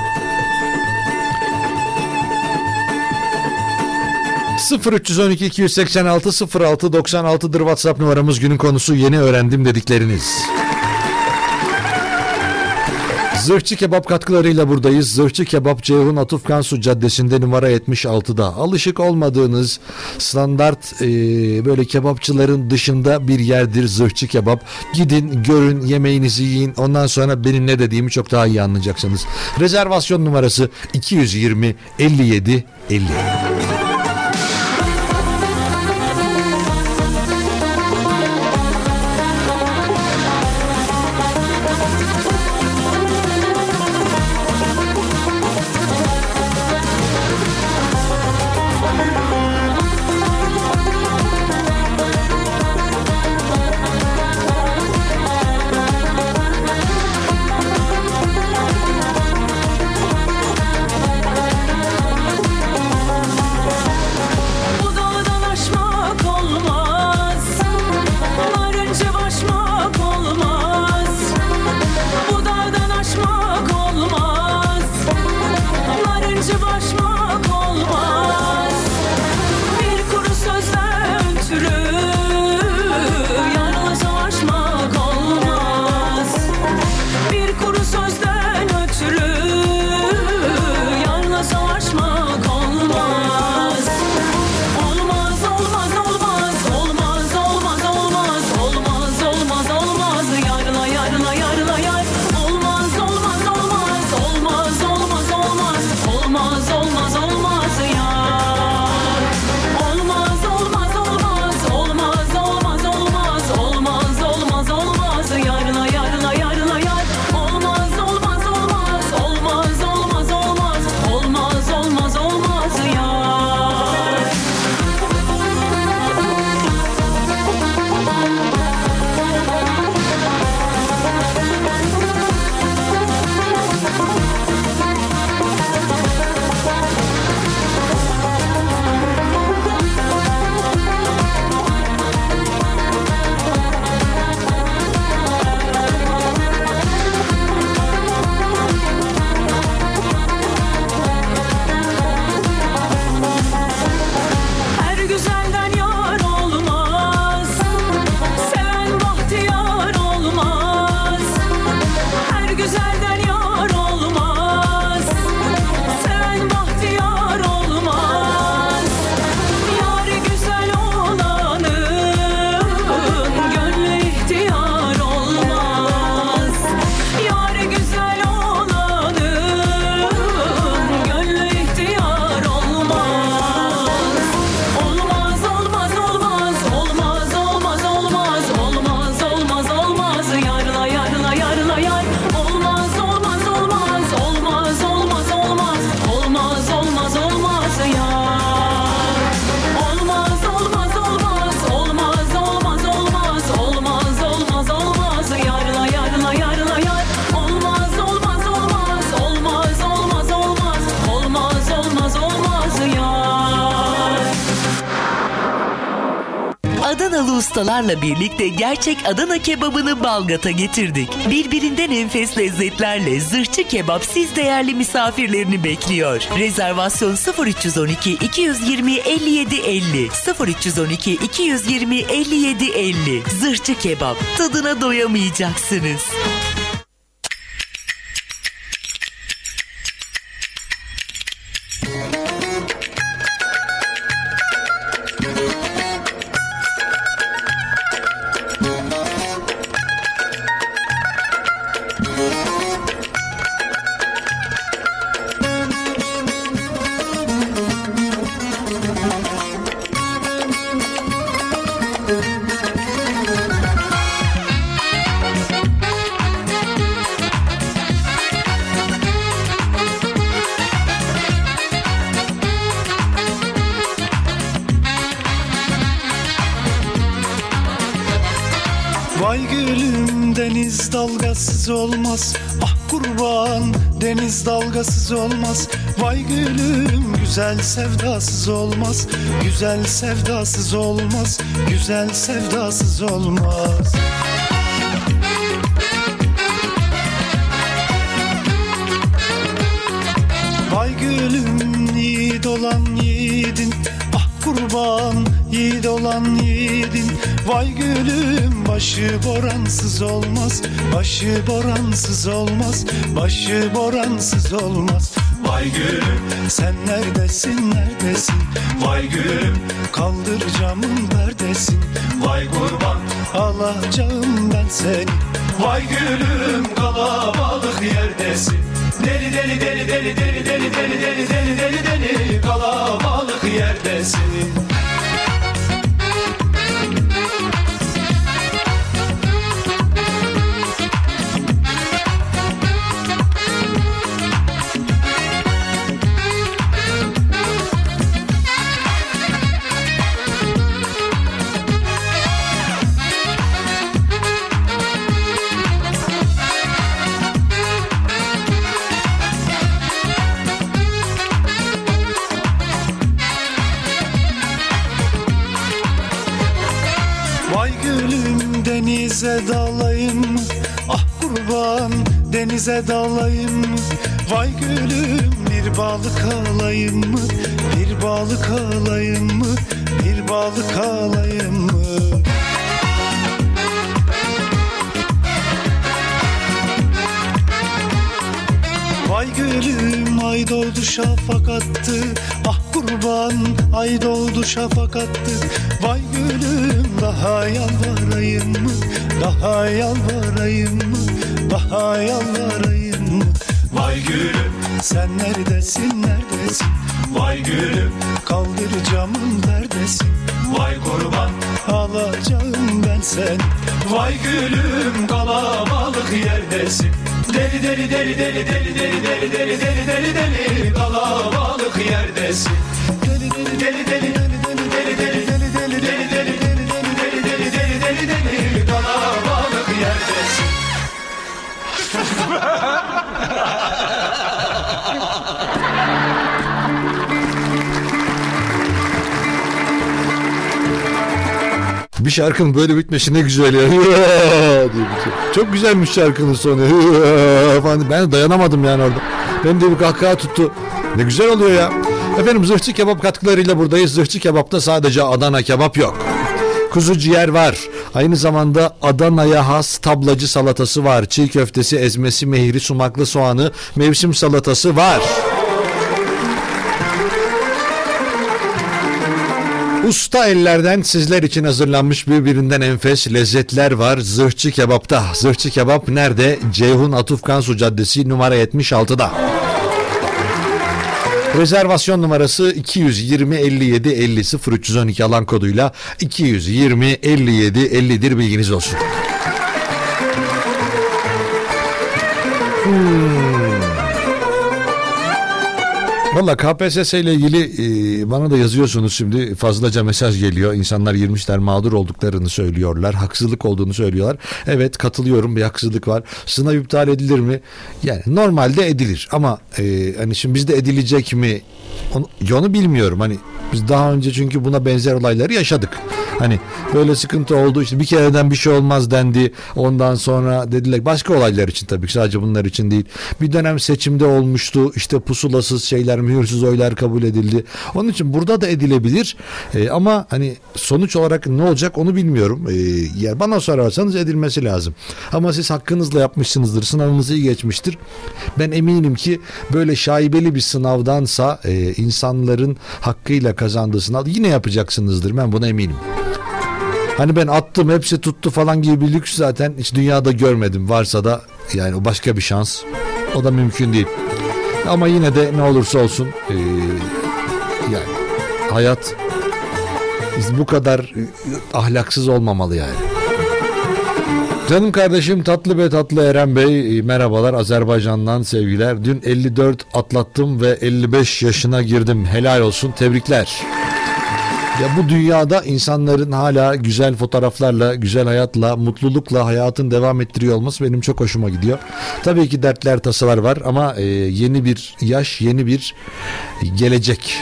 ...0312 286 06 96'dır WhatsApp numaramız. Günün konusu yeni öğrendim dedikleriniz. Zırhçı Kebap katkılarıyla buradayız. Zırhçı Kebap Ceyhun Atufkansu Caddesi'nde numara 76'da. Alışık olmadığınız standart böyle kebapçıların dışında bir yerdir Zırhçı Kebap. Gidin, görün, yemeğinizi yiyin. Ondan sonra benim ne dediğimi çok daha iyi anlayacaksınız. Rezervasyon numarası 220 57 50. Başmak olmaz. Adanalı ustalarla birlikte gerçek Adana kebabını Balgat'a getirdik. Birbirinden enfes lezzetlerle Zırhçı Kebap siz değerli misafirlerini bekliyor. Rezervasyon 0312 220 57 50 0312 220 57 50. Zırhçı Kebap, tadına doyamayacaksınız. Vay gülüm deniz dalgasız olmaz. Ah kurban deniz dalgasız olmaz. Vay gülüm güzel sevdasız olmaz. Güzel sevdasız olmaz. Güzel sevdasız olmaz. Vay gülüm yiğit olan yiğidin. Ah kurban yiğit olan yiğidin. Vay gülüm başı boransız olmaz. Başı boransız olmaz. Başı boransız olmaz. Vay gülüm sen neredesin neredesin? Vay gülüm kaldır camın perdesin. Vay kurban alacağım ben seni. Vay gülüm kalabalık yerdesin. Deli deli deli deli deli deli deli deli deli deli deli kalabalık yerdesin. Denize dalayım mı? Ah kurban denize dalayım mı? Vay gülüm bir balık alayım mı? Bir balık alayım mı? Bir balık alayım mı? Vay gülüm ay doğdu şafak attı. Ah kurban ay doğdu şafak attı. Vay gülüm daha yalvarayım mı? Daha yalvarayım mı? Daha yalvarayım mı? Vay gülüm sen neredesin neredesin? Vay gülüm kaldır camın perdesin. Vay kurban alacağım ben seni. Vay gülüm kalabalık yerdesin. Deli deli deli deli deli deli deli deli deli deli deli kalabalık yerdesin. Deli deli deli deli deli deli deli deli deli deli deli deli deli deli deli deli kalabalık yerdesin. Bir şarkının böyle bitmesi ne güzel ya. Çok güzelmiş şarkının sonu. Ben dayanamadım yani orada. Benim de bir kahkaha tuttu. Ne güzel oluyor ya. Efendim Zırhçı Kebap katkılarıyla buradayız. Zırhçı Kebap'ta sadece Adana kebap yok. Kuzu ciğer var. Aynı zamanda Adana'ya has tablacı salatası var. Çiğ köftesi, ezmesi, mehri, sumaklı soğanı, mevsim salatası var. Usta ellerden sizler için hazırlanmış birbirinden enfes lezzetler var Zırhçı Kebap'ta. Zırhçı Kebap nerede? Ceyhun Atufkansu Caddesi numara 76'da. Rezervasyon numarası 220 57 50 0312 alan koduyla 220 57 50'dir, bilginiz olsun. Valla KPSS ile ilgili bana da yazıyorsunuz, şimdi fazlaca mesaj geliyor. İnsanlar girmişler, mağdur olduklarını söylüyorlar, haksızlık olduğunu söylüyorlar. Evet, katılıyorum, bir haksızlık var. Sınav iptal edilir mi? Yani normalde edilir ama hani şimdi bizde edilecek mi? Onu bilmiyorum. Hani biz daha önce çünkü buna benzer olayları yaşadık. Hani böyle sıkıntı oldu, işte bir kereden bir şey olmaz dendi. Ondan sonra dediler, başka olaylar için tabii ki, sadece bunlar için değil. Bir dönem seçimde olmuştu. İşte pusulasız şeyler, mühürsüz oylar kabul edildi. Onun için burada da edilebilir. Ama hani sonuç olarak ne olacak onu bilmiyorum. Yani bana sorarsanız edilmesi lazım. Ama siz hakkınızla yapmışsınızdır. Sınavınız iyi geçmiştir. Ben eminim ki böyle şaibeli bir sınavdansa insanların hakkıyla kazandığı sınav yine yapacaksınızdır. Ben buna eminim. Hani ben attım hepsi tuttu falan gibi bir lüks zaten hiç dünyada görmedim. Varsa da yani o başka bir şans. O da mümkün değil. Ama yine de ne olursa olsun yani hayat bu kadar ahlaksız olmamalı yani. Canım kardeşim, tatlı be tatlı Eren Bey, merhabalar, Azerbaycan'dan sevgiler. Dün 54 atlattım ve 55 yaşına girdim. Helal olsun, tebrikler. Ya bu dünyada insanların hala güzel fotoğraflarla, güzel hayatla, mutlulukla hayatını devam ettiriyor olması benim çok hoşuma gidiyor. Tabii ki dertler, tasalar var ama yeni bir yaş, yeni bir gelecek.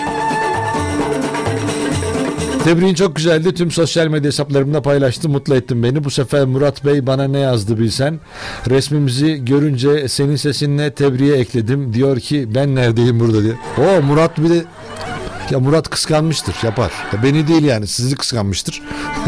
Tebriğin çok güzeldi. Tüm sosyal medya hesaplarımda paylaştım. Mutlu ettin beni. Bu sefer Murat Bey bana ne yazdı bilsen. Resmimizi görünce senin sesinle tebriğe ekledim. Diyor ki ben neredeyim burada diye. O Murat bir de ya Murat kıskanmıştır, yapar. Ya beni değil yani, sizi kıskanmıştır.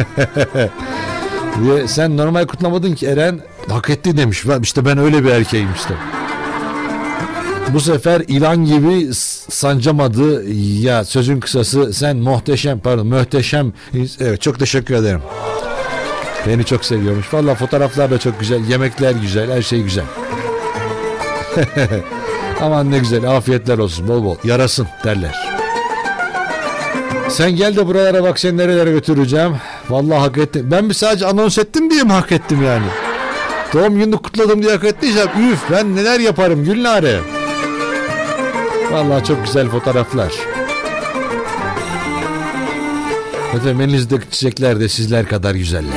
Ve sen normal kutlamadın ki, Eren hak etti demiş. İşte ben öyle bir erkeğim işte. Bu sefer ilan gibi sancamadı ya, sözün kısası sen muhteşem. Evet, çok teşekkür ederim. Beni çok seviyormuş. Vallahi fotoğraflar da çok güzel, yemekler güzel, her şey güzel. Aman ne güzel, afiyetler olsun, bol bol yarasın derler. Sen gel de buralara bak, seni nerelere götüreceğim. Vallahi hak ettim. Ben bir sadece anons ettim diye mi hak ettim yani? Doğum gününü kutladım diye hak ettiysem üf, ben neler yaparım Gülnare. Vallahi çok güzel fotoğraflar. Efendim elinizdeki çiçekler de sizler kadar güzeller.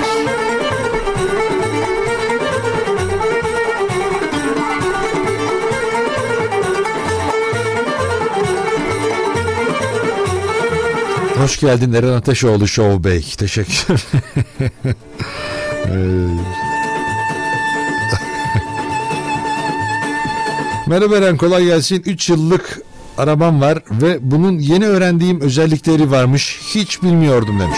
Hoş geldin Eren Ateşoğlu Show Bey. Teşekkür. Merhaba Eren, kolay gelsin. 3 yıllık arabam var ve bunun yeni öğrendiğim özellikleri varmış. Hiç bilmiyordum demiş.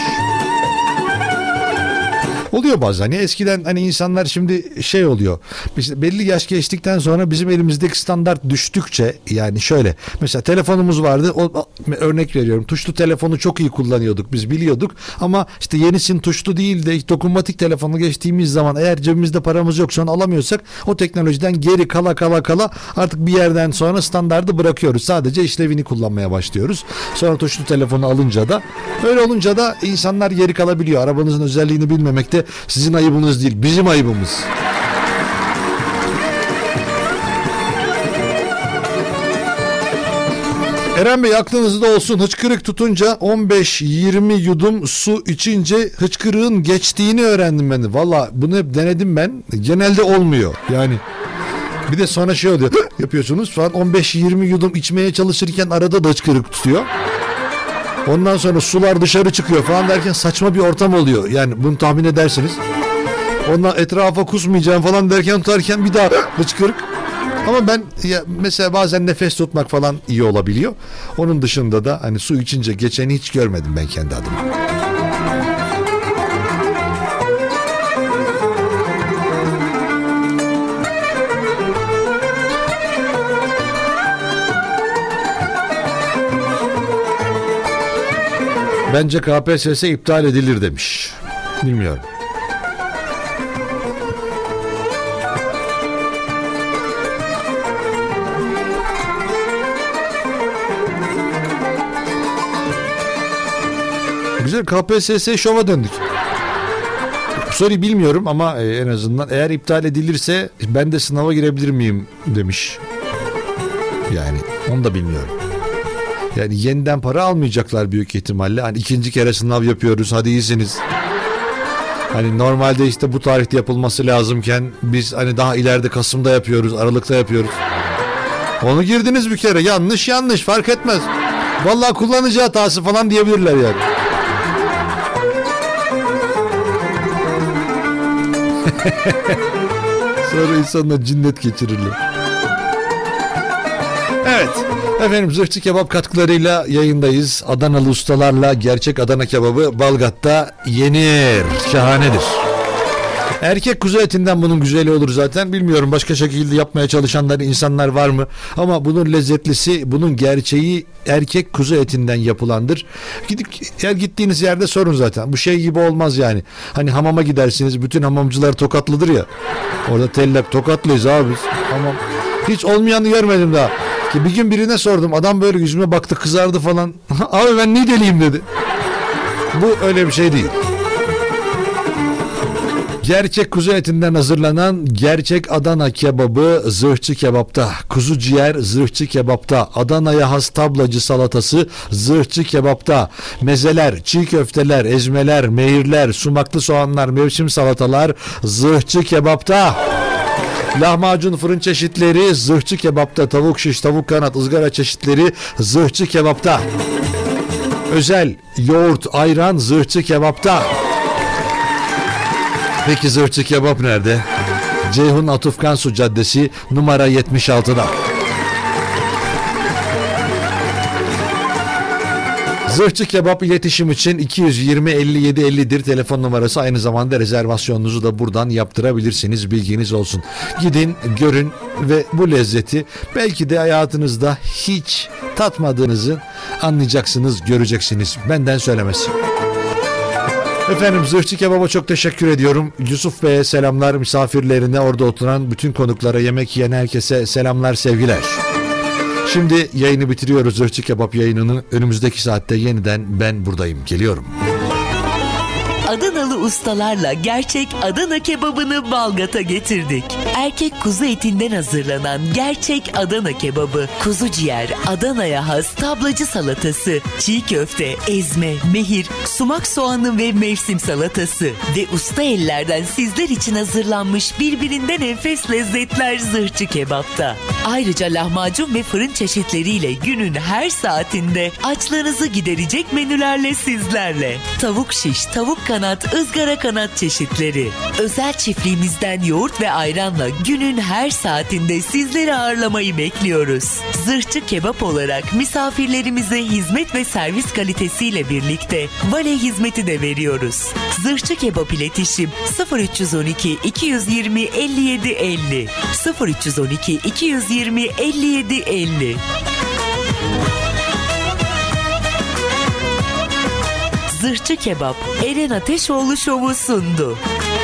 Oluyor bazen ya, eskiden hani insanlar, şimdi şey oluyor, işte belli yaş geçtikten sonra bizim elimizdeki standart düştükçe, yani şöyle mesela telefonumuz vardı, örnek veriyorum, tuşlu telefonu çok iyi kullanıyorduk, biz biliyorduk ama işte yenisin tuşlu değil de dokunmatik telefonu geçtiğimiz zaman eğer cebimizde paramız yoksa onu alamıyorsak o teknolojiden geri kala artık bir yerden sonra standardı bırakıyoruz, sadece işlevini kullanmaya başlıyoruz. Sonra tuşlu telefonu alınca da, öyle olunca da insanlar geri kalabiliyor. Arabanızın özelliğini bilmemek de sizin ayıbınız değil, bizim ayıbımız. Eren Bey, aklınızda olsun, hıçkırık tutunca 15-20 yudum su içince hıçkırığın geçtiğini öğrendim ben de. Valla bunu hep denedim ben. Genelde olmuyor. Yani bir de sonra şey oluyor. Yapıyorsunuz falan, 15-20 yudum içmeye çalışırken arada da hıçkırık tutuyor. Ondan sonra sular dışarı çıkıyor falan derken saçma bir ortam oluyor. Yani bunu tahmin edersiniz. Ondan etrafa kusmayacağım falan derken tutarken bir daha hıçkırık. Ama ben ya mesela bazen nefes tutmak falan iyi olabiliyor. Onun dışında da hani su içince geçeni hiç görmedim ben kendi adıma. Bence KPSS iptal edilir demiş. Bilmiyorum. Güzel, KPSS şova döndük. Bu soruyu bilmiyorum ama en azından eğer iptal edilirse ben de sınava girebilir miyim demiş. Yani onu da bilmiyorum. Yani yeniden para almayacaklar büyük ihtimalle. Hani ikinci kere sınav yapıyoruz, hadi iyisiniz. Hani normalde işte bu tarihte yapılması lazımken biz hani daha ileride Kasım'da yapıyoruz, Aralık'ta yapıyoruz. Onu girdiniz bir kere, yanlış fark etmez. Vallahi kullanıcı hatası falan diyebilirler yani. Sonra insanlar cinnet geçirirler. Evet. Efendim Zırhçı Kebap katkılarıyla yayındayız. Adanalı ustalarla gerçek Adana kebabı Balgat'ta yenir. Şahanedir. Erkek kuzu etinden bunun güzeli olur zaten. Bilmiyorum başka şekilde yapmaya çalışanlar insanlar var mı? Ama bunun lezzetlisi, bunun gerçeği erkek kuzu etinden yapılandır. Gittiğiniz yerde sorun zaten. Bu şey gibi olmaz yani. Hani hamama gidersiniz, bütün hamamcılar Tokatlıdır ya. Orada tellak Tokatlıyız abi. Hamam. Hiç olmayanı görmedim daha. Ki bir gün birine sordum. Adam böyle yüzüme baktı, kızardı falan. Abi ben ne deliyim dedi. Bu öyle bir şey değil. Gerçek kuzu etinden hazırlanan gerçek Adana kebabı Zırhçı Kebap'ta. Kuzu ciğer Zırhçı Kebap'ta. Adana'ya has tablacı salatası Zırhçı Kebap'ta. Mezeler, çiğ köfteler, ezmeler, mehirler, sumaklı soğanlar, mevsim salatalar Zırhçı Kebap'ta. Lahmacun, fırın çeşitleri Zırhçı Kebap'ta. Tavuk şiş, tavuk kanat, ızgara çeşitleri Zırhçı Kebap'ta. Özel yoğurt, ayran Zırhçı Kebap'ta. Peki Zırhçı Kebap nerede? Ceyhun Atufkansu Caddesi numara 76'da. Zırhçı Kebap iletişim için 220-57-50'dir telefon numarası. Aynı zamanda rezervasyonunuzu da buradan yaptırabilirsiniz. Bilginiz olsun. Gidin, görün ve bu lezzeti belki de hayatınızda hiç tatmadığınızı anlayacaksınız, göreceksiniz. Benden söylemesi. Efendim Zırhçı Kebap'a çok teşekkür ediyorum. Yusuf Bey'e selamlar, misafirlerine, orada oturan bütün konuklara, yemek yiyen herkese selamlar, sevgiler. Şimdi yayını bitiriyoruz. Zırhçı Kebap yayınını önümüzdeki saatte yeniden ben buradayım. Geliyorum. Adanalı ustalarla gerçek Adana kebabını Balgat'a getirdik. Erkek kuzu etinden hazırlanan gerçek Adana kebabı, kuzu ciğer, Adana'ya has tablacı salatası, çiğ köfte, ezme, mehir, sumak soğanı ve mevsim salatası ve usta ellerden sizler için hazırlanmış birbirinden enfes lezzetler Zırhçı Kebap'ta. Ayrıca lahmacun ve fırın çeşitleriyle günün her saatinde açlığınızı giderecek menülerle sizlerle. Tavuk şiş, tavuk kanat, ızgara kanat çeşitleri. Özel çiftliğimizden yoğurt ve ayranla günün her saatinde sizleri ağırlamayı bekliyoruz. Zırhçı Kebap olarak misafirlerimize hizmet ve servis kalitesiyle birlikte vale hizmeti de veriyoruz. Zırhçı Kebap iletişim 0312 220 57 50 0312 220 57 50. Zırhçı Kebap Eren Ateşoğlu Show'u sundu.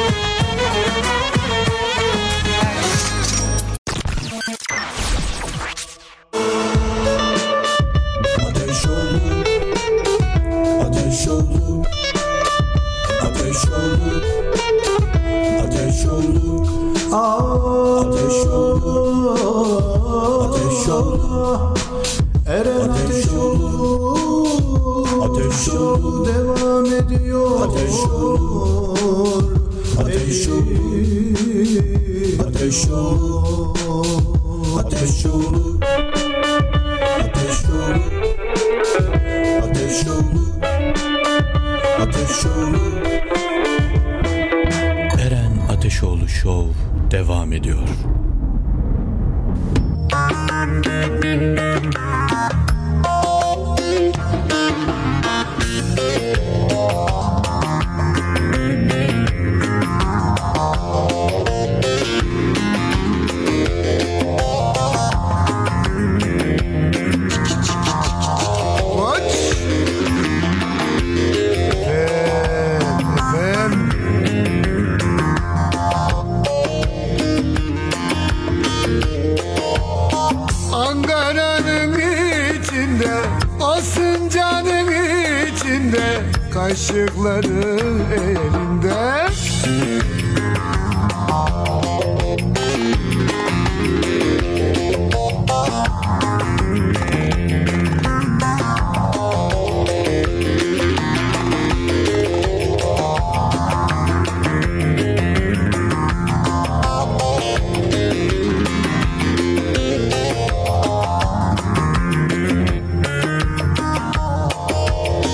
Eren Ateşoğlu, Ateşoğlu devam ediyor. Ateşoğlu, Ateşoğlu, Ateşoğlu, Ateşoğlu, Ateşoğlu, Ateşoğlu, Ateşoğlu. Eren Ateşoğlu Show devam ediyor. Kaşıkları elinde.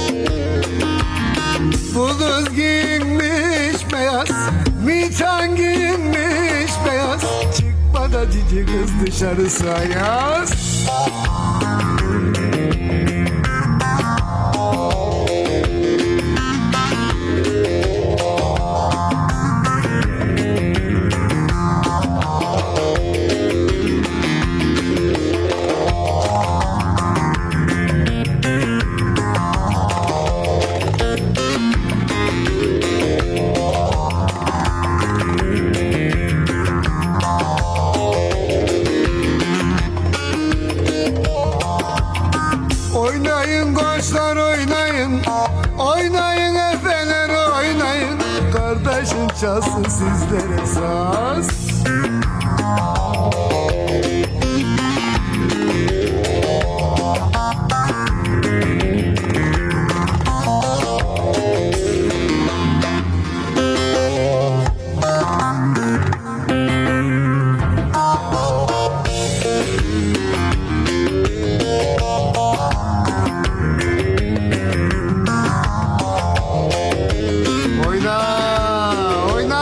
Bulduz giyinmiş beyaz, miçan giyinmiş Hadi kız dışarı sayaz. Oynayın koçlar oynayın, oynayın efeler oynayın. Kardeşim çalsın sizlere saz. Oyna, oyna.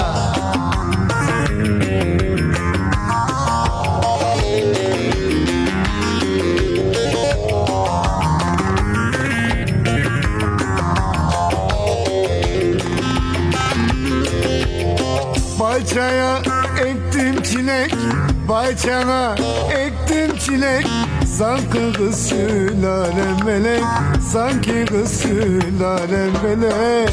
Bahçeye ektim çilek, bahçana ektim çilek. Sanki kız sülalem melek, sanki kız sülalem melek.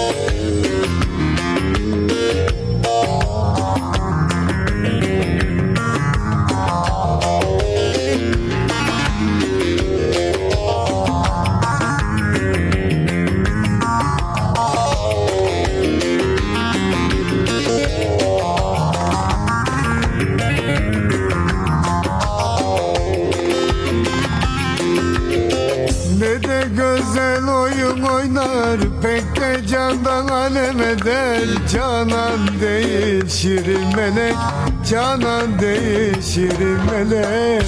Ne de güzel oyun oynar, pek de candan alem eder. Canan değil şirin melek, canan değil şirin melek.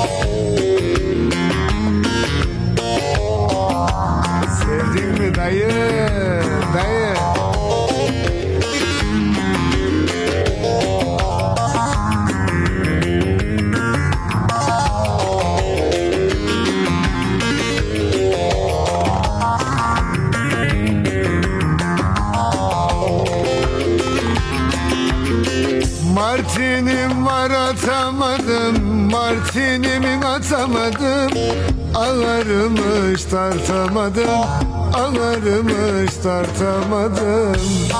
Sevdin mi dayı, dayı? Martinim var atamadım, Martinimi atamadım. Ağarmış tartamadım, ağarmış tartamadım.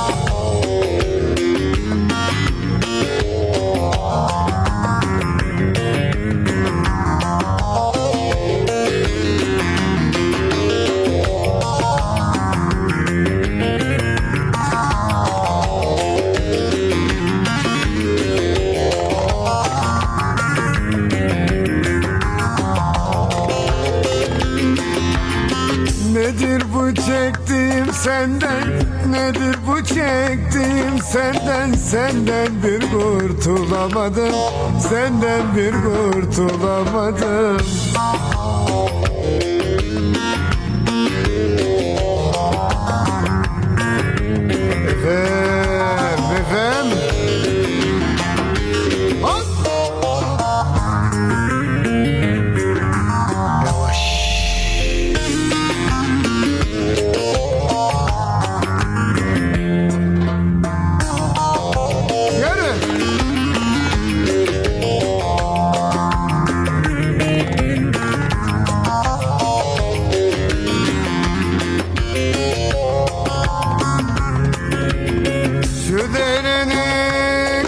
Nedir bu çektiğim senden, nedir bu çektiğim senden. Senden bir kurtulamadım, senden bir kurtulamadım. Efendim, efendim. Hop. Yavaş. Şu derenin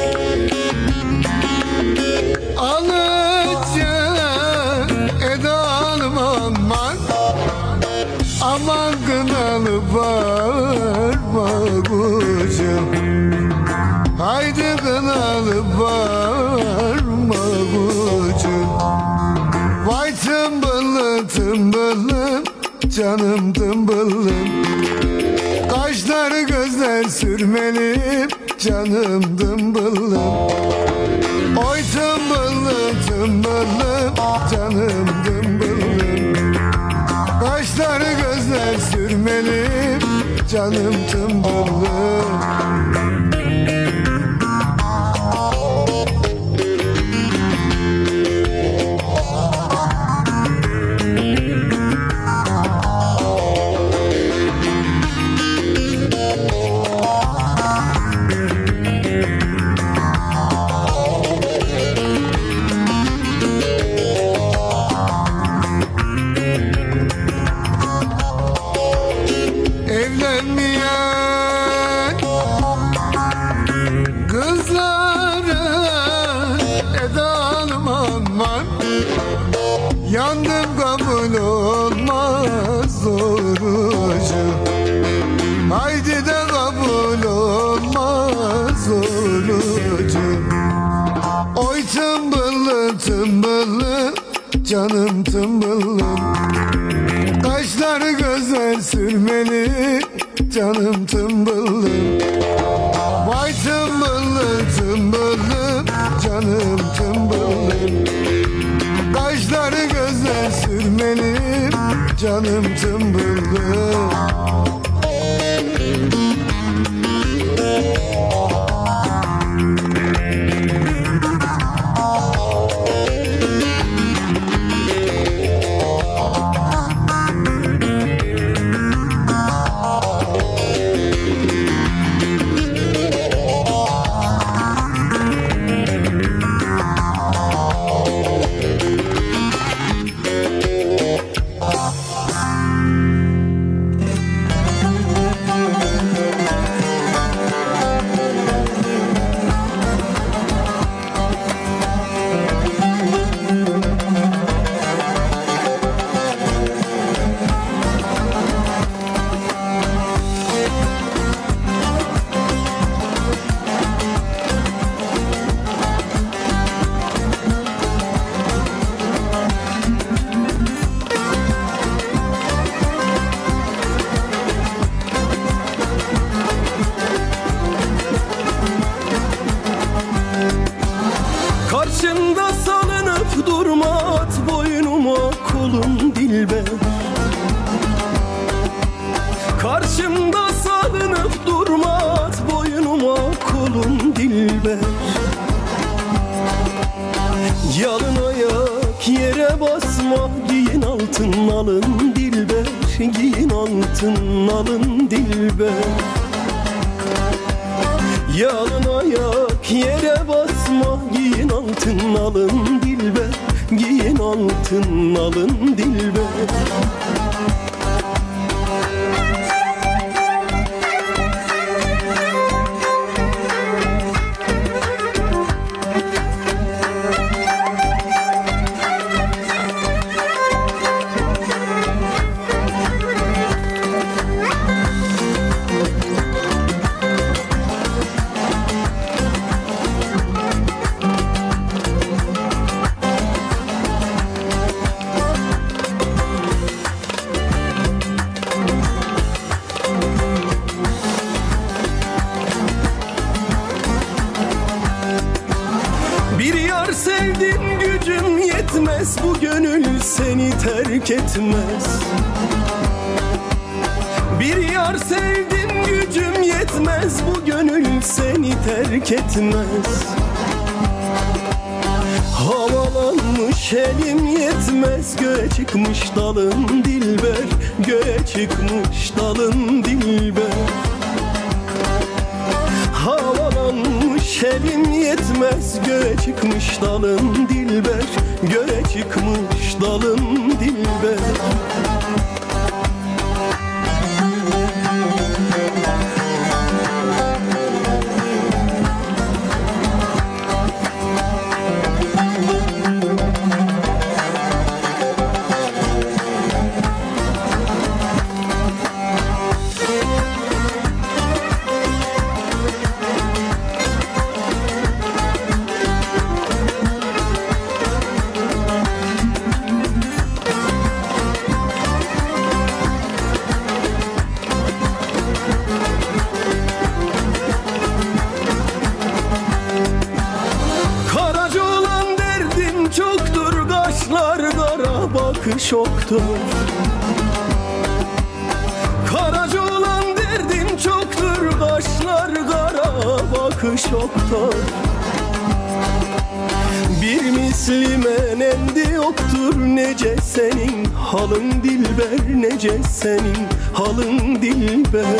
alıcı edalım aman, aman kınalı bağırma kucum. Haydi kınalı bağırma kucum. Vay tımbıllı tımbıllım, canım tımbıllım. Kaşları gözler sürmelim, canım dımbıllım. Oy tımbıllım tımbıllım, canım dımbıllım. Kaşları gözler sürmelim, canım tımbıllım. canım tımbıllım. Kaşları gözler sürmeli, canım tımbıllım. Vay tımbıllım tımbıllım, canım tımbıllım. Kaşları gözler sürmeli, canım tımbıllım. Karşında salınıp durma, at boynuma kolum dilber. Karşımda salınıp durma, at boynuma kolum dilber. Yalın ayak yere basma, giyin altın alın dilber. Giyin altın alın dilber. Yalın ayak yere basma, giyin altın alın dilber. Giyin altın alın dilber. Sevdim gücüm yetmez, bu gönül seni terk etmez. Bir yar sevdim gücüm yetmez, bu gönül seni terk etmez. Havalanmış elim yetmez, göğe çıkmış dalın dilber. Göğe çıkmış dalın dilber. Havalanmış elim yetmez, göğe çıkmış dalın dilber. Göğe çıkmış dalın dilber. Bakış yoktur. Karaca olan derdim çoktur, kaşlar kara bakış yoktur. Bir misli menendi yoktur, nece senin halın dilber. Nece senin halın dilber.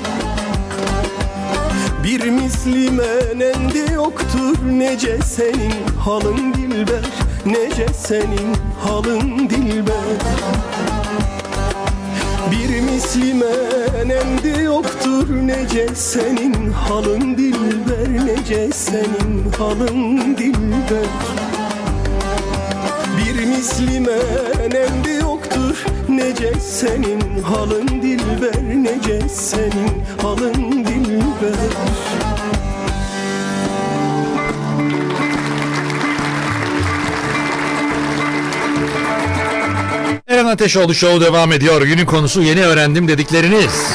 Bir misli menendi yoktur, nece senin halın dilber. Nece senin halın dilber. Bir misli menendi yoktur, nece senin halın dilber. Nece senin halın dilber. Bir misli menendi yoktur, nece senin halın dilber. Nece senin halın dilber. Ateşoğlu Show devam ediyor. Günün konusu yeni öğrendim dedikleriniz.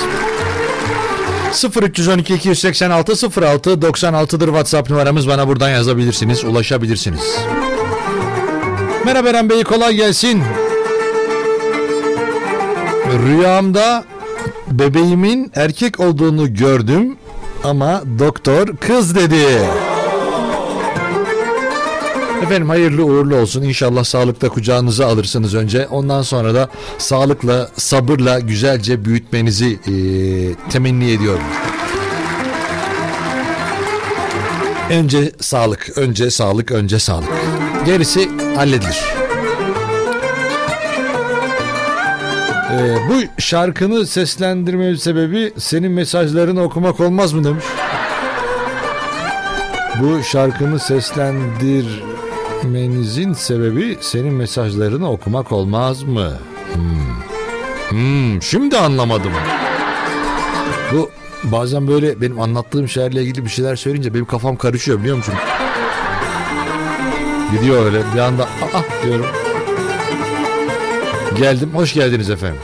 0312 286 06 96'dır WhatsApp numaramız. Bana buradan yazabilirsiniz, ulaşabilirsiniz. Merhaba Eren Bey, kolay gelsin. Rüyamda bebeğimin erkek olduğunu gördüm ama doktor kız dedi. Efendim hayırlı uğurlu olsun. İnşallah sağlıkla kucağınıza alırsınız önce. Ondan sonra da sağlıkla, sabırla güzelce büyütmenizi temenni ediyorum. Önce sağlık, önce sağlık, önce sağlık. Gerisi halledilir. Bu şarkını seslendirmemin sebebi senin mesajlarını okumak olmaz mı demiş. Bu şarkını seslendirmenizin sebebi senin mesajlarını okumak olmaz mı? Şimdi anlamadım. Bu bazen böyle benim anlattığım şeylerle ilgili bir şeyler söyleyince benim kafam karışıyor, biliyor musun? Gidiyor öyle bir anda diyorum. Geldim, hoş geldiniz efendim.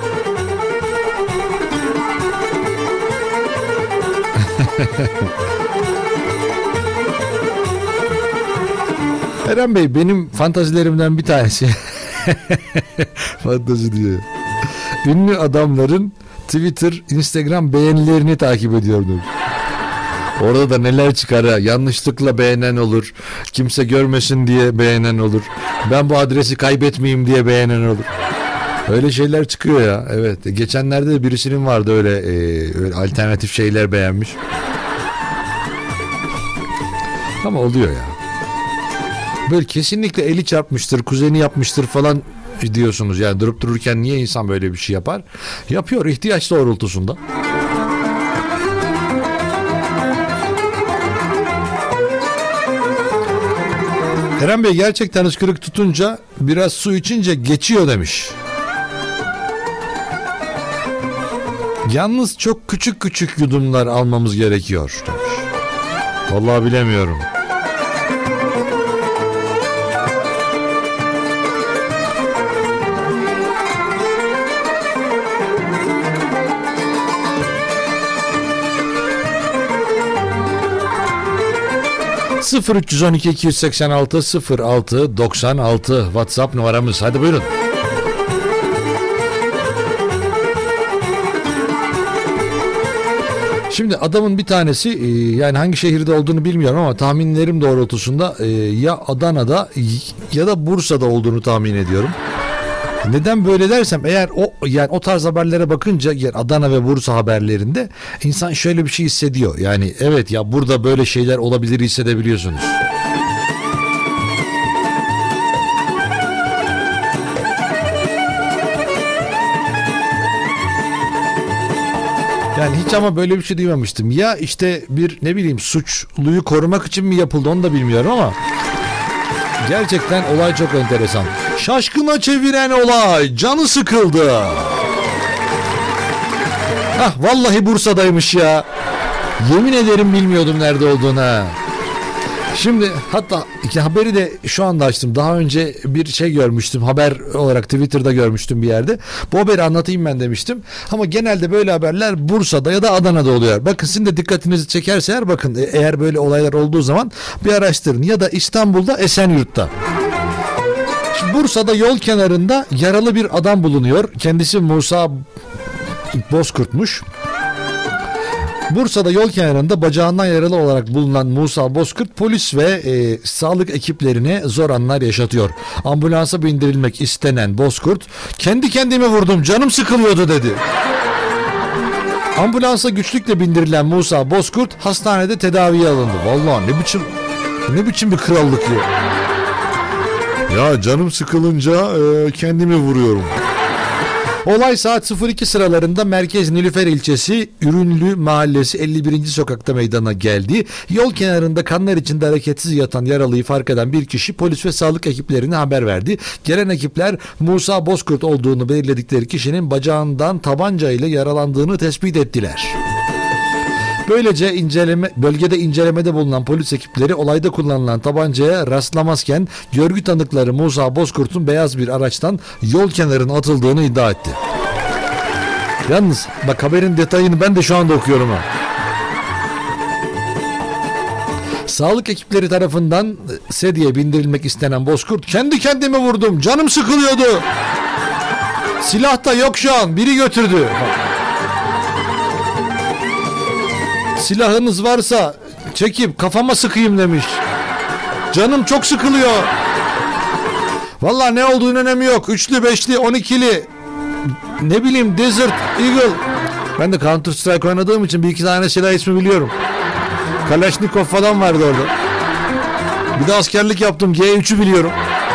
Eren Bey, benim fantazilerimden bir tanesi. Fantazi diyor. Ünlü adamların Twitter, Instagram beğenilerini takip ediyordum. Orada da neler çıkar ha. Yanlışlıkla beğenen olur. Kimse görmesin diye beğenen olur. Ben bu adresi kaybetmeyeyim diye beğenen olur. Öyle şeyler çıkıyor ya. Evet. Geçenlerde de birisinin vardı öyle alternatif şeyler beğenmiş. Ama oluyor ya. Böyle kesinlikle eli çarpmıştır, kuzeni yapmıştır falan diyorsunuz. Yani durup dururken niye insan böyle bir şey yapar? Yapıyor ihtiyaç doğrultusunda. Eren Bey, gerçekten hıçkırık tutunca biraz su içince geçiyor demiş. Yalnız çok küçük küçük yudumlar almamız gerekiyor demiş. Vallahi bilemiyorum. ...0312 286 06 96 WhatsApp numaramız. Hadi buyurun. Şimdi adamın bir tanesi yani hangi şehirde olduğunu bilmiyorum ama tahminlerim doğrultusunda ya Adana'da ya da Bursa'da olduğunu tahmin ediyorum. Neden böyle dersem, eğer o tarz haberlere bakınca Adana ve Bursa haberlerinde insan şöyle bir şey hissediyor. Yani evet ya, burada böyle şeyler olabilir hissedebiliyorsunuz. Yani hiç ama böyle bir şey duymamıştım. Ya işte bir ne bileyim suçluyu korumak için mi yapıldı onu da bilmiyorum ama gerçekten olay çok enteresan. Şaşkına çeviren olay, canı sıkıldı. Vallahi Bursa'daymış ya. Yemin ederim bilmiyordum nerede olduğunu. Şimdi hatta haberi de şu anda açtım. Daha önce bir şey görmüştüm. Haber olarak Twitter'da görmüştüm bir yerde. Bu haberi anlatayım ben demiştim. Ama genelde böyle haberler Bursa'da ya da Adana'da oluyor. Bakın sizin de dikkatinizi çekerse eğer, bakın eğer böyle olaylar olduğu zaman bir araştırın. Ya da İstanbul'da Esenyurt'ta. Şimdi Bursa'da yol kenarında yaralı bir adam bulunuyor. Kendisi Musa Bozkurt'muş. Bursa'da yol kenarında bacağından yaralı olarak bulunan Musa Bozkurt polis ve sağlık ekiplerine zor anlar yaşatıyor. Ambulansa bindirilmek istenen Bozkurt, kendi kendime vurdum, canım sıkılıyordu dedi. Ambulansa güçlükle bindirilen Musa Bozkurt hastanede tedaviye alındı. Vallahi ne biçim bir krallık ya. Ya canım sıkılınca kendimi vuruyorum. Olay saat 02 sıralarında Merkez Nilüfer ilçesi Ürünlü Mahallesi 51. sokakta meydana geldi. Yol kenarında kanlar içinde hareketsiz yatan yaralıyı fark eden bir kişi polis ve sağlık ekiplerine haber verdi. Gelen ekipler Musa Bozkurt olduğunu belirledikleri kişinin bacağından tabanca ile yaralandığını tespit ettiler. Böylece bölgede incelemede bulunan polis ekipleri olayda kullanılan tabancaya rastlamazken görgü tanıkları Musa Bozkurt'un beyaz bir araçtan yol kenarına atıldığını iddia etti. Yalnız bak, haberin detayını ben de şu anda okuyorum ha. Sağlık ekipleri tarafından sedyeye bindirilmek istenen Bozkurt, kendi kendime vurdum, canım sıkılıyordu. Silah da yok şu an, biri götürdü. Silahınız varsa çekip kafama sıkayım demiş. Canım çok sıkılıyor. Vallahi ne olduğunun önemi yok. 3'lü, 5'li, 12'li, ne bileyim, Desert Eagle. Ben de Counter Strike oynadığım için bir iki tane silah ismi biliyorum. Kalashnikov falan vardı orada. Bir de askerlik yaptım, G3'ü biliyorum.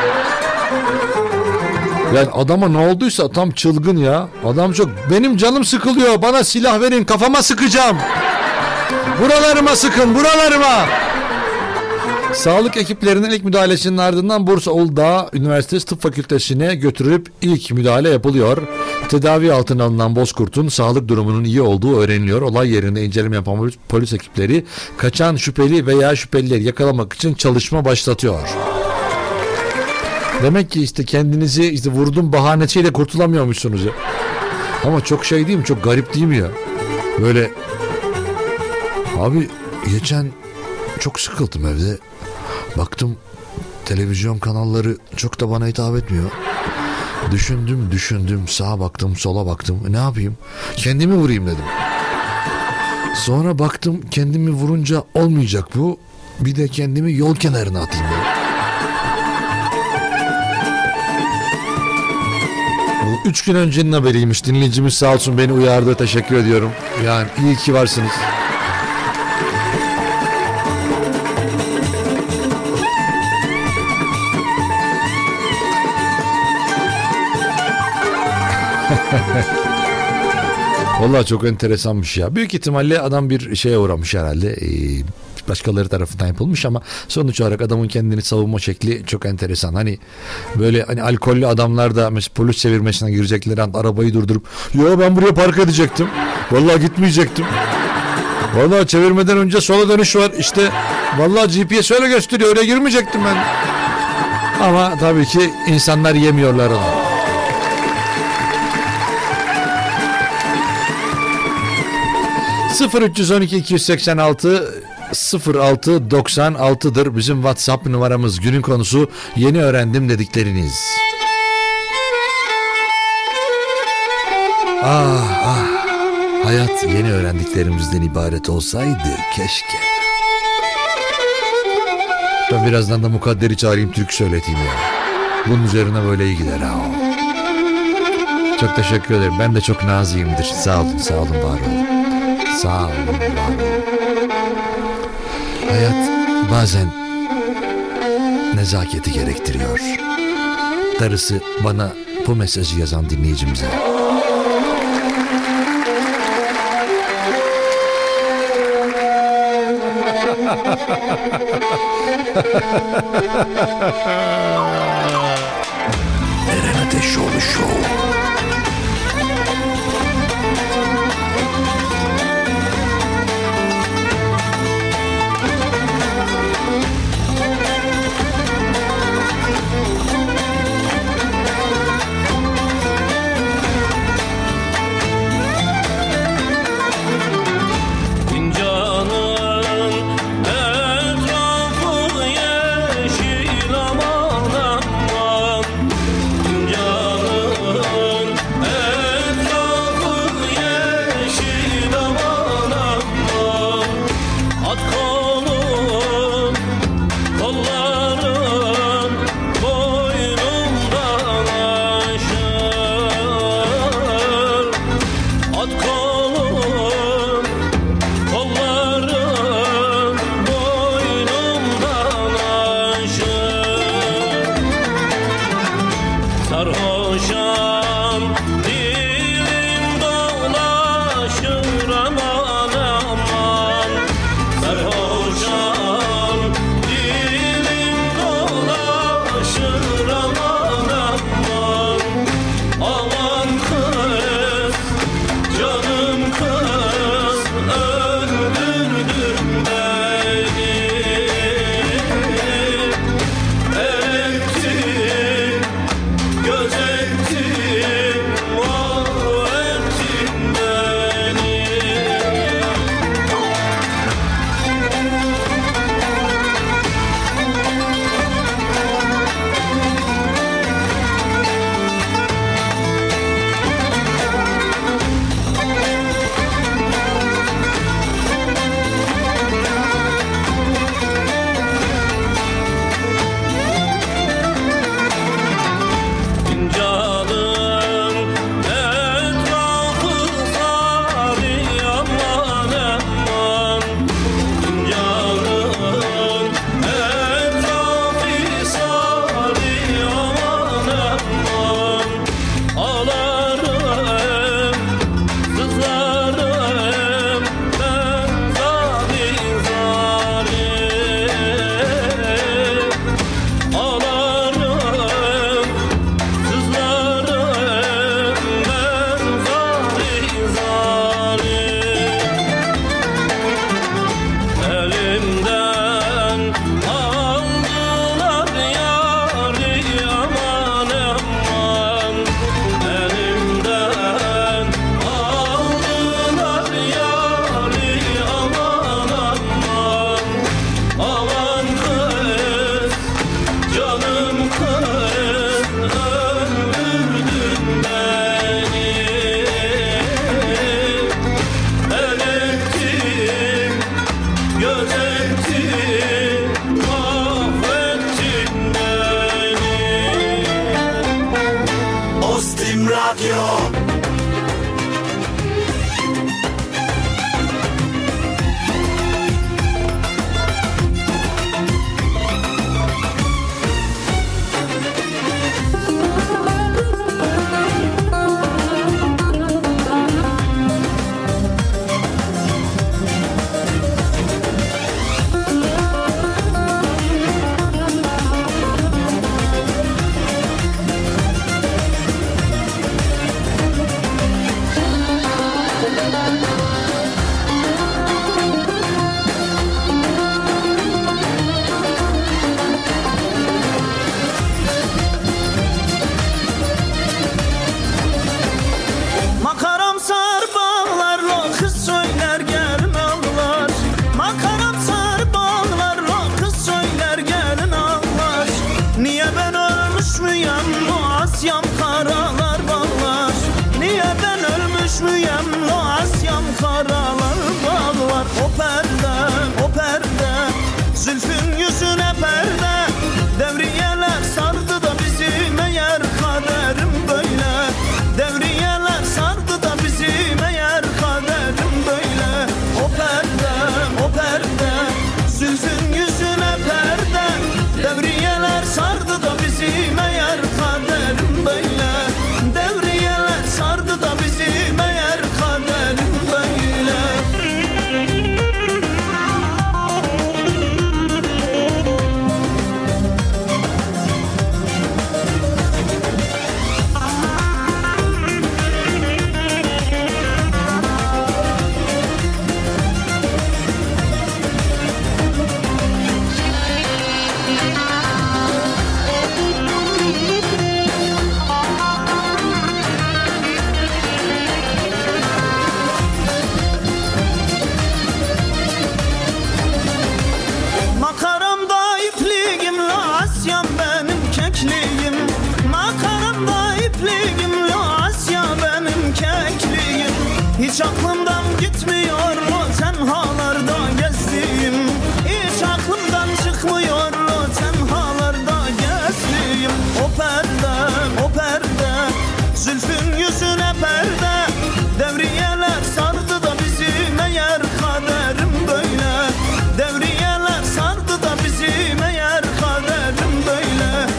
Yani adama ne olduysa tam çılgın ya. Adam çok, benim canım sıkılıyor, bana silah verin, kafama sıkacağım. Buralarıma sıkın, buralarıma. Sağlık ekiplerinin ilk müdahalesinin ardından Bursa Uludağ Üniversitesi Tıp Fakültesi'ne götürülüp ilk müdahale yapılıyor. Tedavi altına alınan Bozkurt'un sağlık durumunun iyi olduğu öğreniliyor. Olay yerinde inceleme yapan polis ekipleri kaçan şüpheli veya şüphelileri yakalamak için çalışma başlatıyor. Demek ki işte kendinizi işte vurdum bahanesiyle kurtulamıyormuşsunuz ya. Ama çok şey değil mi? Çok garip değil mi ya? Böyle abi, geçen çok sıkıldım evde. Baktım televizyon kanalları çok da bana hitap etmiyor. Düşündüm, sağa baktım, sola baktım. Ne yapayım? Kendimi vurayım dedim. Sonra baktım kendimi vurunca olmayacak bu. Bir de kendimi yol kenarına atayım dedim. 3 gün öncenin haberiymiş. Dinleyicimiz sağ olsun beni uyardı. Teşekkür ediyorum. Yani iyi ki varsınız. Vallahi çok enteresanmış ya. Büyük ihtimalle adam bir şeye uğramış herhalde. Başkaları tarafından yapılmış ama sonuç olarak adamın kendini savunma şekli çok enteresan. Hani böyle hani alkollü adamlar da mesela polis çevirmesine girecekleri an arabayı durdurup yo ben buraya park edecektim. Vallahi gitmeyecektim. Vallahi çevirmeden önce sola dönüş var. İşte vallahi GPS öyle gösteriyor. Oraya girmeyecektim ben. Ama tabii ki insanlar yemiyorlar onu. ...0312-286... 0696'dır bizim WhatsApp numaramız. Günün konusu yeni öğrendim dedikleriniz. Hayat yeni öğrendiklerimizden ibaret olsaydı keşke. Ben birazdan da Mukadder'i çağırayım, türkü söyleteyim ya. Bunun üzerine böyle iyi gider ha. Çok teşekkür ederim. Ben de çok naziyimdir. Sağ olun, var olun. Sağ olun, var olun. Hayat bazen nezaketi gerektiriyor. Darısı bana bu mesajı yazan dinleyicimize. Eren Ateşoğlu Show. Canım kız öldü. Hiç aklımdan gitmiyor o tenhalarda gezdiğim. Hiç aklımdan çıkmıyor o tenhalarda gezdiğim. O perde, zülfün yüzüne perde. Devriyeler sardı da bizi, meğer kaderim böyle. Devriyeler sardı da bizi, meğer kaderim böyle.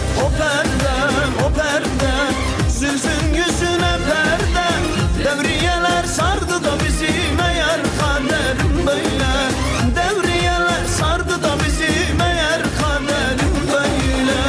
O perde, zülfün yüzüne perde. Devriyeler sardı da bizi, meğer kaderim böyle. Devriyeler sardı da bizi, meğer kaderim böyle.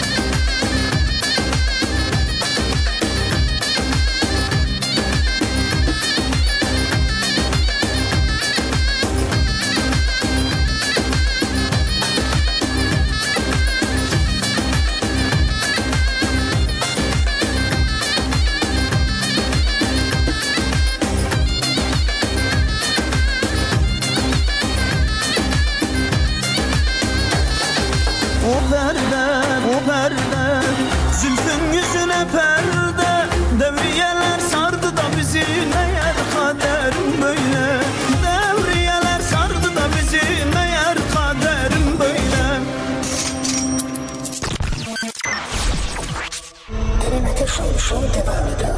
O perde, zülfün yüzüne perde. Devriyeler sardı da bizi, meğer kaderim böyle. Devriyeler sardı da bizi, meğer kaderim böyle. Eren Ateşoğlu Show devam ediyor.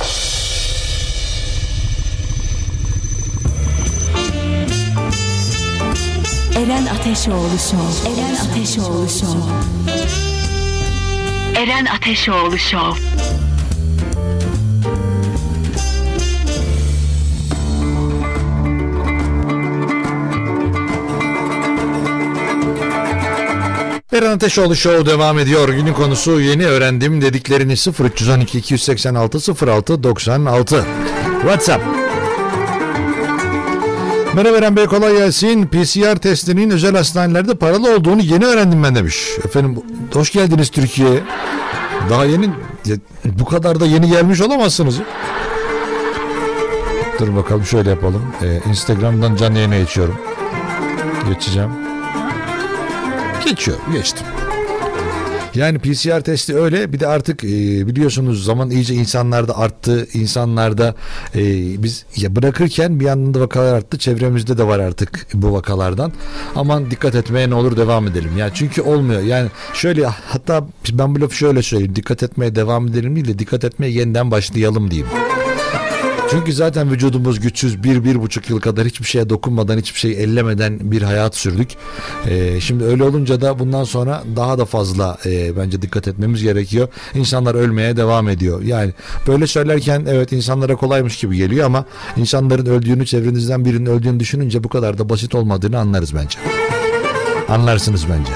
Eren Ateşoğlu Show. Eren Ateşoğlu Show. Eren Ateşoğlu Show. Eren Ateşoğlu Show devam ediyor. Günün konusu yeni öğrendim dediklerini 0312 286 06 96 WhatsApp. Merhaba Eren Bey, kolay gelsin. PCR testinin özel hastanelerde paralı olduğunu yeni öğrendim ben demiş. Efendim hoş geldiniz Türkiye'ye. Daha yeni, bu kadar da yeni gelmiş olamazsınız. Dur bakalım şöyle yapalım. Instagram'dan canlı yayına geçiyorum. Geçeceğim. Geçtim. Yani PCR testi öyle. Bir de artık biliyorsunuz zaman iyice insanlarda arttı. İnsanlarda biz ya bırakırken bir yandan da vakalar arttı. Çevremizde de var artık bu vakalardan. Aman dikkat etmeye ne olur devam edelim. Yani çünkü olmuyor. Yani şöyle, hatta ben bu lafı şöyle söyleyeyim. Dikkat etmeye devam edelim değil de dikkat etmeye yeniden başlayalım diyeyim. Çünkü zaten vücudumuz güçsüz, 1-1,5 yıl kadar hiçbir şeye dokunmadan, hiçbir şey ellemeden bir hayat sürdük. Şimdi öyle olunca da bundan sonra daha da fazla bence dikkat etmemiz gerekiyor. İnsanlar ölmeye devam ediyor. Yani böyle söylerken evet insanlara kolaymış gibi geliyor ama insanların öldüğünü, çevrenizden birinin öldüğünü düşününce bu kadar da basit olmadığını anlarız bence. Anlarsınız bence.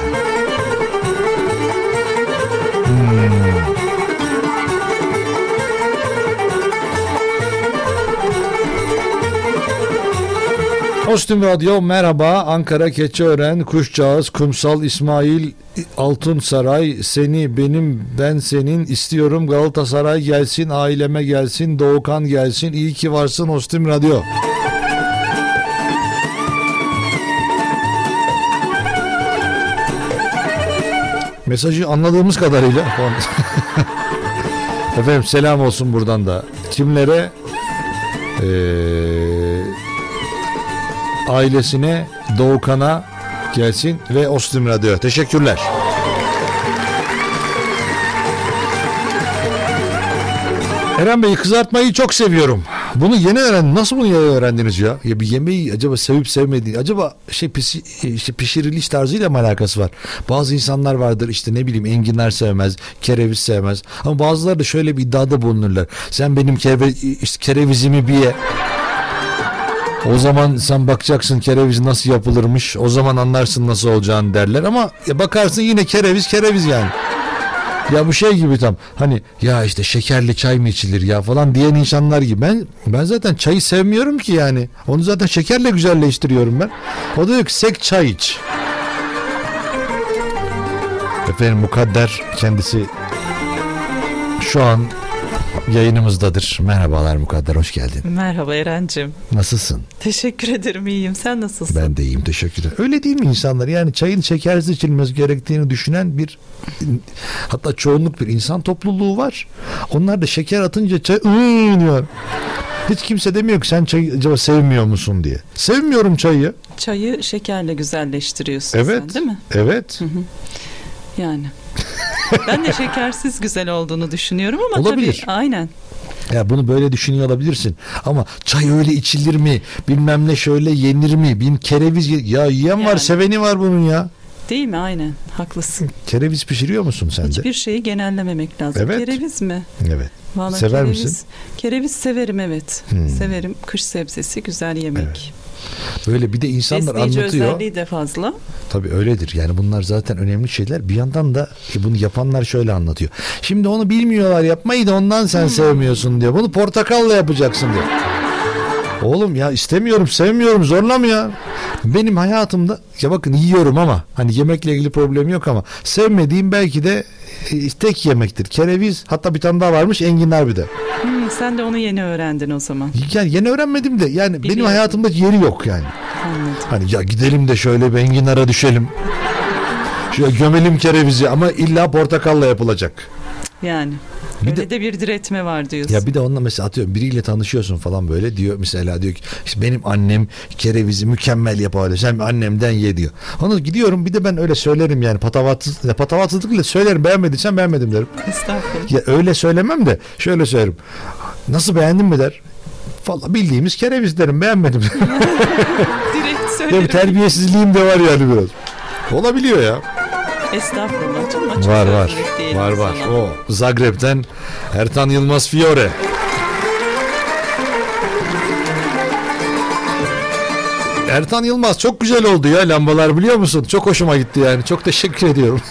Ostim Radyo merhaba. Ankara, Keçiören, Kuşçağız, Kumsal, İsmail, Altınsaray, seni, benim, ben senin, istiyorum Galatasaray gelsin, aileme gelsin, Doğukan gelsin, iyi ki varsın Ostim Radyo. Mesajı anladığımız kadarıyla efendim selam olsun buradan da. Kimlere? Ailesine, Doğukan'a gelsin ve Ostim Radyo. Teşekkürler. Eren Bey, kızartmayı çok seviyorum. Bunu yeni öğrendim. Nasıl bunu yeni öğrendiniz ya? Ya bir yemeği acaba sevip sevmediğini, acaba pişiriliş tarzıyla mı alakası var? Bazı insanlar vardır işte ne bileyim enginar sevmez, kereviz sevmez. Ama bazıları da şöyle bir iddiada bulunurlar. Sen benim kerevizimi bir ye. O zaman sen bakacaksın kereviz nasıl yapılırmış. O zaman anlarsın nasıl olacağını derler. Ama bakarsın yine kereviz yani. Ya bu şey gibi tam. Hani ya işte şekerli çay mı içilir ya falan diyen insanlar gibi. Ben zaten çayı sevmiyorum ki yani. Onu zaten şekerle güzelleştiriyorum ben. O da diyor ki sek çay iç. Efendim Mukadder kendisi şu an yayınımızdadır. Merhabalar Mukadder, hoş geldin. Merhaba Eren'cim. Nasılsın? Teşekkür ederim, iyiyim. Sen nasılsın? Ben de iyiyim, teşekkür ederim. Öyle değil mi insanlar? Yani çayın şekersiz içilmesi gerektiğini düşünen bir, hatta çoğunluk bir insan topluluğu var. Onlar da şeker atınca çay diyor. Hiç kimse demiyor ki sen çayı acaba sevmiyor musun diye. Sevmiyorum çayı. Çayı şekerle güzelleştiriyorsun evet, sen değil mi? Evet. Hı hı. Yani. Ben de şekersiz güzel olduğunu düşünüyorum ama olabilir. Tabii aynen. Ya bunu böyle düşünüyor olabilirsin. Ama çay öyle içilir mi? Bilmem ne şöyle yenir mi? Bir kereviz ya yiyen var, seveni var bunun ya. Değil mi? Aynen. Haklısın. Kereviz pişiriyor musun sen de? Hiçbir şeyi genellememek lazım. Evet. Kereviz mi? Evet. Vallahi sever misin? Kereviz severim evet. Severim. Kış sebzesi, güzel yemek. Evet. Böyle bir de insanlar besleyici anlatıyor. Özelliği de fazla. Tabii öyledir. Yani bunlar zaten önemli şeyler. Bir yandan da bunu yapanlar şöyle anlatıyor. Şimdi onu bilmiyorlar yapmayı da ondan sen sevmiyorsun diyor. Bunu portakalla yapacaksın diyor. Oğlum ya istemiyorum, sevmiyorum, zorla mı ya? Benim hayatımda ya bakın yiyorum ama hani yemekle ilgili problem yok ama sevmediğim belki de tek yemektir. Kereviz, hatta bir tane daha varmış, enginar bir de. Sen de onu yeni öğrendin o zaman. Yani yeni öğrenmedim de yani benim hayatımda yeri yok yani. Anladım. Hani ya gidelim de şöyle bir enginara düşelim. Şöyle gömelim kerevizi ama illa portakalla yapılacak. Yani. Öyle de bir diretme var diyorsun. Ya bir de onunla mesela atıyorum biriyle tanışıyorsun falan böyle diyor mesela diyor ki işte benim annem kerevizi mükemmel yapar. Sen annemden ye diyor. Onu gidiyorum bir de ben öyle söylerim yani patavatsızlıkla söylerim, beğenmediysen beğenmedim derim. Estağfurullah. Ya öyle söylemem de şöyle söylerim. Nasıl, beğendin mi der. Vallahi bildiğimiz kereviz derim, beğenmedim. Direkt söylerim. Ya terbiyesizliğim de var yani biraz. Olabiliyor ya. Estağfurullah. Çok var. O Zagreb'den Ertan Yılmaz Fiore. Ertan Yılmaz çok güzel oldu ya lambalar, biliyor musun? Çok hoşuma gitti yani. Çok teşekkür ediyorum.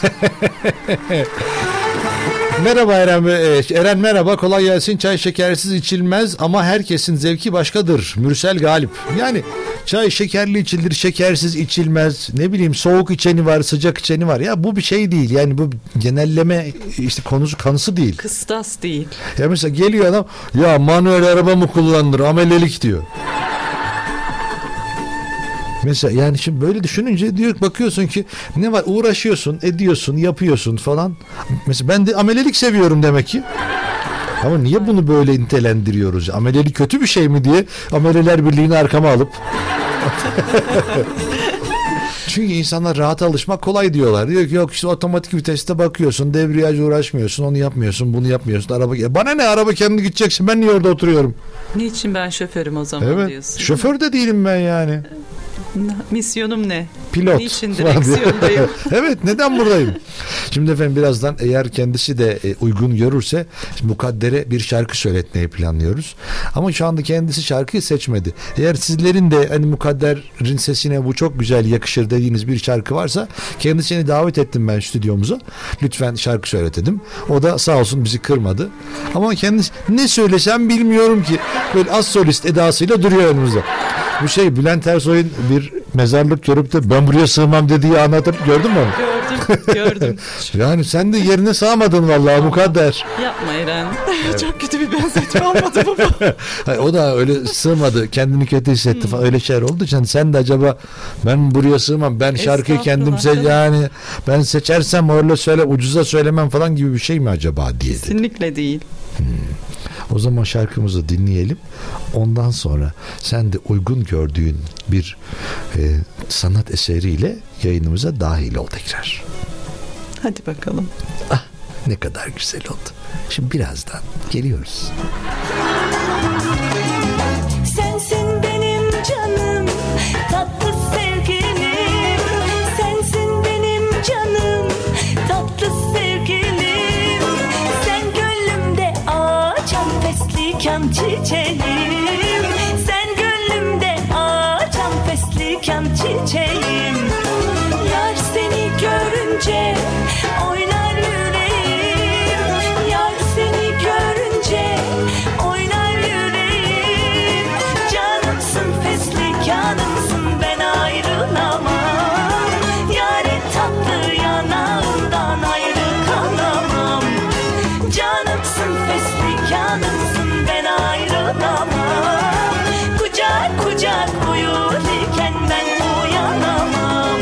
Merhaba Eren Bey. Eren merhaba, kolay gelsin. Çay şekersiz içilmez ama herkesin zevki başkadır. Mürsel Galip. Yani çay şekerli içilir, şekersiz içilmez. Ne bileyim soğuk içeni var, sıcak içeni var. Ya bu bir şey değil. Yani bu genelleme işte konusu değil. Kıstas değil. Ya mesela geliyor adam ya manuel araba mı kullanılır, amelelik diyor. Mesela yani şimdi böyle düşününce diyor, bakıyorsun ki ne var, uğraşıyorsun, ediyorsun, yapıyorsun falan. Mesela ben de amelelik seviyorum demek ki. Ama niye bunu böyle nitelendiriyoruz? Amelelik kötü bir şey mi diye Ameleler Birliği'ni arkama alıp çünkü insanlar rahata alışmak kolay diyorlar. Diyor ki yok işte otomatik viteste bakıyorsun, debriyaj uğraşmıyorsun, onu yapmıyorsun, bunu yapmıyorsun. Araba, bana ne, araba kendi gideceksin, ben niye orada oturuyorum? Niçin ben şoförüm o zaman evet, diyorsun? Şoför de değilim ben yani. Misyonum ne? Pilot. Niçin direksiyondayım? Evet, neden buradayım? Şimdi efendim birazdan eğer kendisi de uygun görürse Mukadder'e bir şarkı söyletmeyi planlıyoruz. Ama şu anda kendisi şarkıyı seçmedi. Eğer sizlerin de hani Mukadder'in sesine bu çok güzel yakışır dediğiniz bir şarkı varsa kendisini davet ettim ben stüdyomuza. Lütfen şarkı söyletelim. O da sağ olsun bizi kırmadı. Ama kendisi ne söylesem bilmiyorum ki. Böyle az solist edasıyla duruyor yanımızda. Bu şey Bülent Ersoy'un bir mezarlık görüp de ben buraya sığmam dediği anlatıp gördün mü onu? Gördüm. Yani sen de yerine sığmadın vallahi Mukadder. Yapma Eren. Evet. Çok kötü bir benzetme olmadı bu. Hayır, o da öyle sığmadı. Kendini kötü hissetti falan. Öyle şeyler oldu. Yani sen de acaba ben buraya sığmam. Ben şarkıyı kendim yani ben seçersem öyle söyle, ucuza söylemem falan gibi bir şey mi acaba diye. Kesinlikle değil. O zaman şarkımızı dinleyelim. Ondan sonra sen de uygun gördüğün bir sanat eseriyle yayınımıza dahil ol tekrar. Hadi bakalım. Ah, ne kadar güzel oldu. Şimdi birazdan geliyoruz. Sensin benim canım, tatlı sevgilim. Sensin benim canım, tatlı sevgilim. Sen gönlümde açan fesliken çiçeğim. Sen gönlümde açan fesliken çiçeğim. Yar seni görünce oynar yüreğim. Yar seni görünce oynar yüreğim. Canımsın feslikanımsın, ben ayrılamam. Yâre tatlı yanağından ayrı kalamam. Canımsın feslikanımsın, ben ayrılamam. Kucak kucak uyurken ben uyanamam.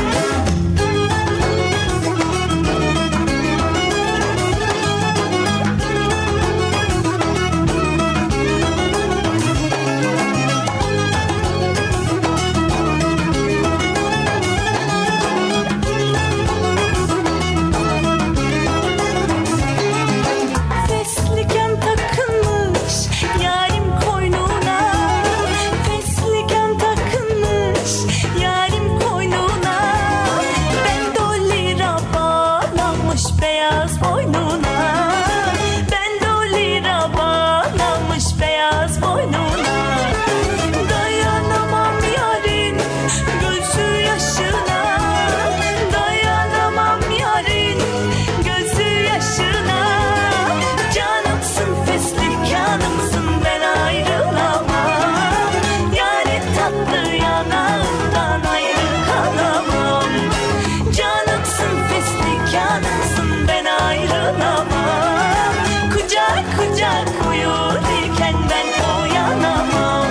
Fesliken takılmış yarim koynuna. Fesliken takılmış yarim koynuna. Ben de o lira bağlamış beyaz boynuna. Ben de o lira bağlamış beyaz boynuna. Dayanamam yarın gözü yaşına. Dayanamam yarın gözü yaşına. Canımsın feslikanımsın, ben ayrılamam. Yani tatlı yanağından ayrı kalamam. Canımsın feslikanımsın, ben ayrılamam. Kucak kucak uyurken ben uyanamam.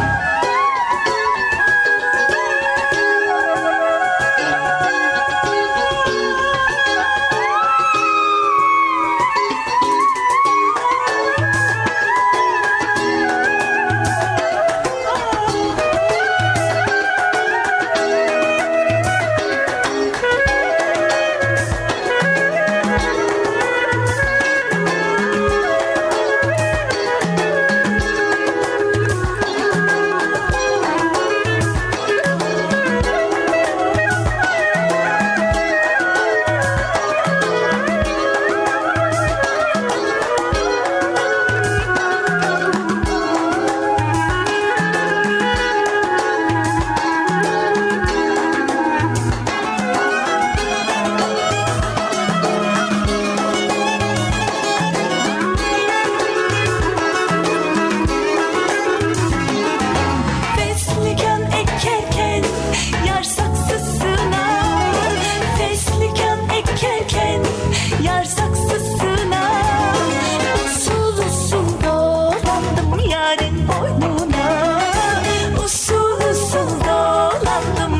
Fesliken ekerken yar saksısına. Fesliken ekerken yar saksısına. Usul usul dolandım yarın boynuna. Usul usul dolandım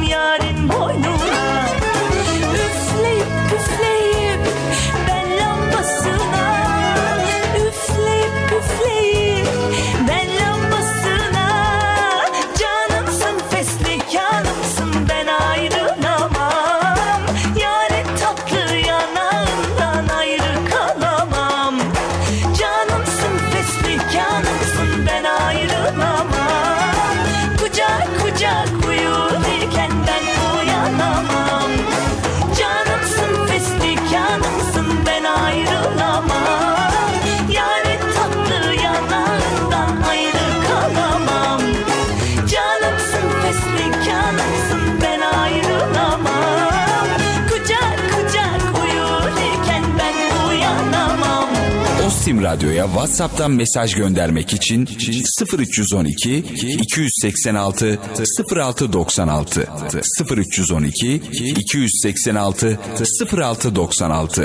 Tüm Radyo'ya WhatsApp'tan mesaj göndermek için 0312 286 0696 0312 286 0696.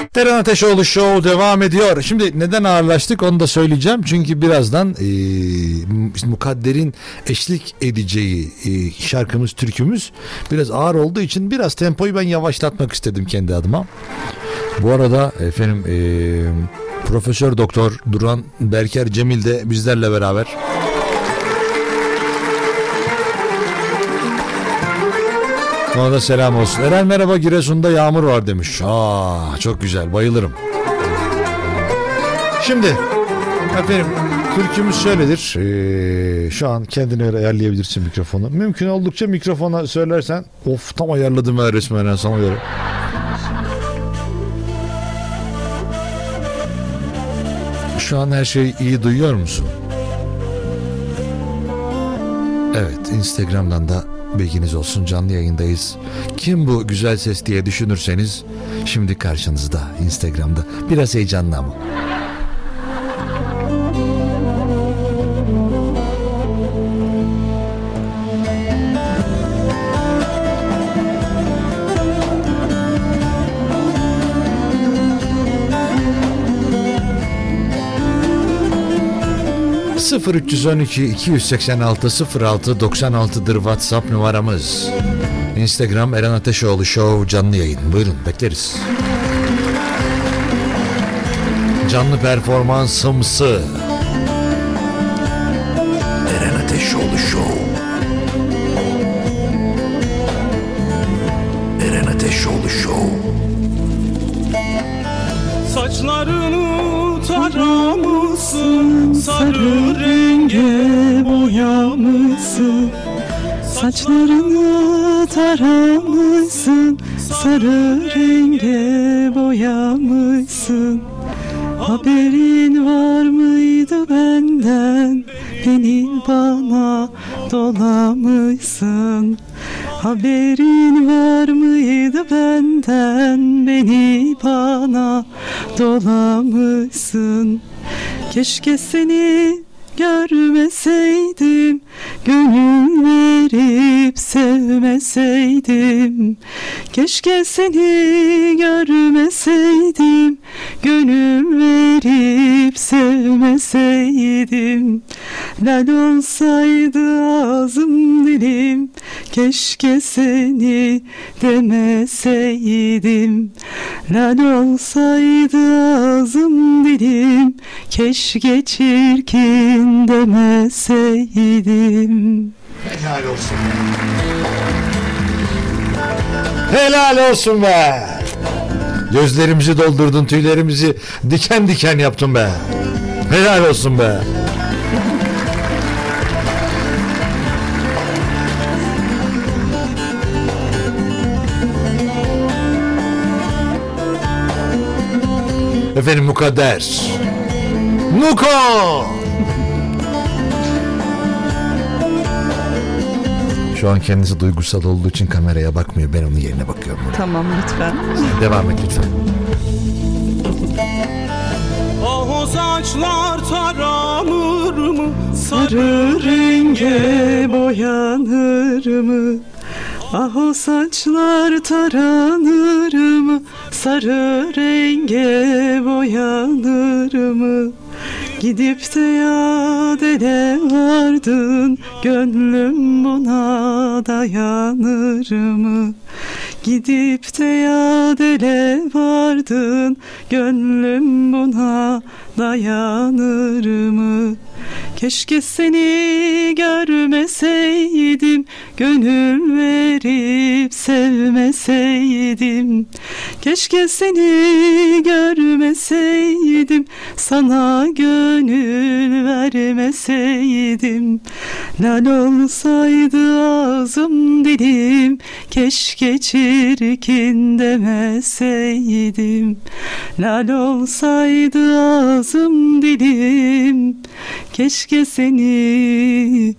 Eren Ateşoğlu Show devam ediyor. Şimdi neden ağırlaştık onu da söyleyeceğim. Çünkü birazdan Mukadder'in eşlik edeceği şarkımız, türkümüz biraz ağır olduğu için biraz tempoyu ben yavaşlatmak istedim kendi adıma. Bu arada efendim Profesör Doktor Duran Berker Cemil de bizlerle beraber. Ona da selam olsun. Eren merhaba, Giresun'da yağmur var demiş. Çok güzel, bayılırım. Şimdi efendim türkümüz şöyledir. Şu an kendine ayarlayabilirsin mikrofonu. Mümkün oldukça mikrofona söylersen. Of, tam ayarladım ben resmen sana göre. Şu an her şeyi iyi duyuyor musun? Evet, Instagram'dan da bilginiz olsun, canlı yayındayız. Kim bu güzel ses diye düşünürseniz şimdi karşınızda Instagram'da. Biraz heyecanlı ama. ...0312-286-06-96'dır WhatsApp numaramız. Instagram Eren Ateşoğlu Show canlı yayın. Buyurun, bekleriz. Canlı performansımsı. Eren Ateşoğlu Show. Eren Ateşoğlu Show. Saçlarını taramışsın, sarı renge boyamışsın. Saçlarını taramışsın, sarı renge boyamışsın. Haberin var mıydı benden, beni bana dolamışsın. Haberin var mıydı benden, beni bana dolamışsın. Keşke seni görmeseydim, gönül verip sevmeseydim. Keşke seni görmeseydim, gönül verip sevmeseydim. Lal olsaydı ağzım dilim, keşke seni demeseydim. Lal olsaydı ağzım dilim, keşke çirkin demeseydim. Helal olsun. Helal olsun be. Gözlerimizi doldurdun, tüylerimizi diken diken yaptın be. Helal olsun be. Efendim Mukadder. Muko. Şu an kendisi duygusal olduğu için kameraya bakmıyor. Ben onun yerine bakıyorum. Tamam, lütfen. Sen devam et lütfen. Ah, o saçlar taranır mı, sarı renge boyanır mı? Ah, o saçlar taranır mı, sarı renge boyanır mı? Gidip de yad ele vardın, gönlüm buna dayanır mı? Gidip de yad ele vardın, gönlüm buna dayanır mı? Keşke seni görmeseydim, gönül verip sevmeseydim. Keşke seni görmeseydim, sana gönül vermeseydim. Lal olsaydı ağzım dilim, keşke çirkin demeseydim. Lal olsaydı ağzım dilim, keşke seni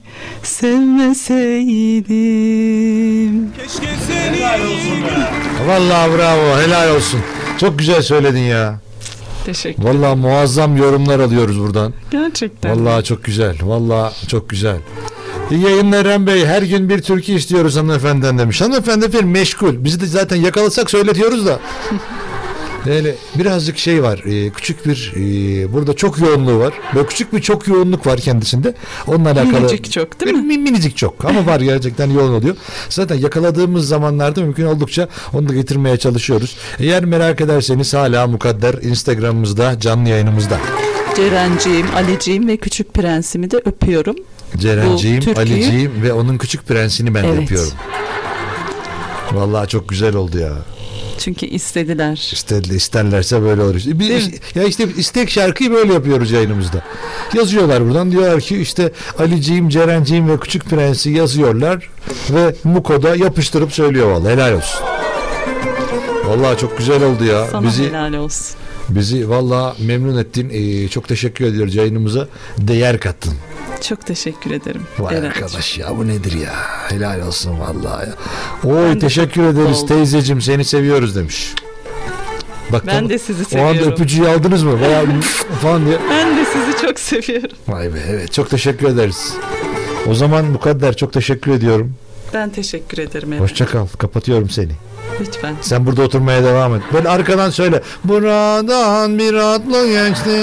sevmeseydim. Keşke seni. Vallahi bravo, helal olsun. Çok güzel söyledin ya. Teşekkür. Vallahi muazzam yorumlar alıyoruz buradan. Gerçekten. Vallahi çok güzel. Vallahi çok güzel. İyi yayınlar Eren Bey. Her gün bir türkü istiyoruz hanımefendiden demiş. Hanımefendi efendim meşgul. Bizi de zaten yakalasak söyletiyoruz da. Yani birazcık şey var, küçük bir burada çok yoğunluğu var. Böyle küçük bir çok yoğunluk var kendisinde. Onunla alakalı. Minicik çok değil mi? Minicik çok ama var, gerçekten yoğun oluyor. Zaten yakaladığımız zamanlarda mümkün oldukça onu da getirmeye çalışıyoruz. Eğer merak ederseniz hala Mukadder Instagram'ımızda, canlı yayınımızda. Cerenciğim, Aliciğim ve Küçük Prensimi de öpüyorum. Cerenciğim, Aliciğim ve onun Küçük Prensini ben de öpüyorum. Vallahi çok güzel oldu ya. Çünkü istediler. İsterlerse böyle olur. Ya işte istek şarkıyı böyle yapıyoruz yayınımızda. Yazıyorlar buradan, diyorlar ki işte Aliciğim, Cerenciğim ve Küçük Prensi yazıyorlar ve Muko'da yapıştırıp söylüyor vallahi. Helal olsun. Vallahi çok güzel oldu ya. Sana helal olsun. Bizi vallahi memnun ettin. Çok teşekkür ediyoruz, yayınımıza değer kattın. Çok teşekkür ederim. Vay arkadaş ya, bu nedir ya? Helal olsun vallahi ya. Oy, teşekkür ederiz teyzeciğim, seni seviyoruz demiş. Bak, ben de sizi seviyorum. O anda öpücüğü aldınız mı? Bayağı falan diye. Ben de sizi çok seviyorum. Vay be, evet, çok teşekkür ederiz. O zaman Mukadder, çok teşekkür ediyorum. Ben teşekkür ederim. Evet. Hoşça kal, kapatıyorum seni. Lütfen. Sen burada oturmaya devam et. Böyle arkadan söyle. Buradan bir atlı geçti.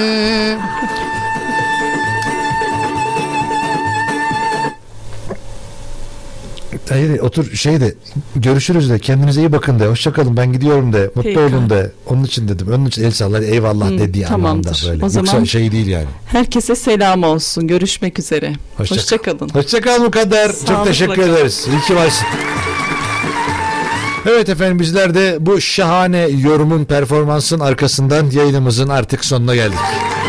Hayır, otur şeyde, görüşürüz de, kendinize iyi bakın de, hoşça kalın, ben gidiyorum de, mutlu olun de. Onun için dedim. Onun için el sallar, eyvallah dedi yani. Tamamdır. Böyle. O zaman yoksa şey değil yani. Herkese selam olsun. Görüşmek üzere. Hoşça kalın. Hoşça kal Mukadder. Çok teşekkür ederiz. İyi ki varsın. Evet efendim, bizler de bu şahane yorumun, performansın arkasından yayınımızın artık sonuna geldik.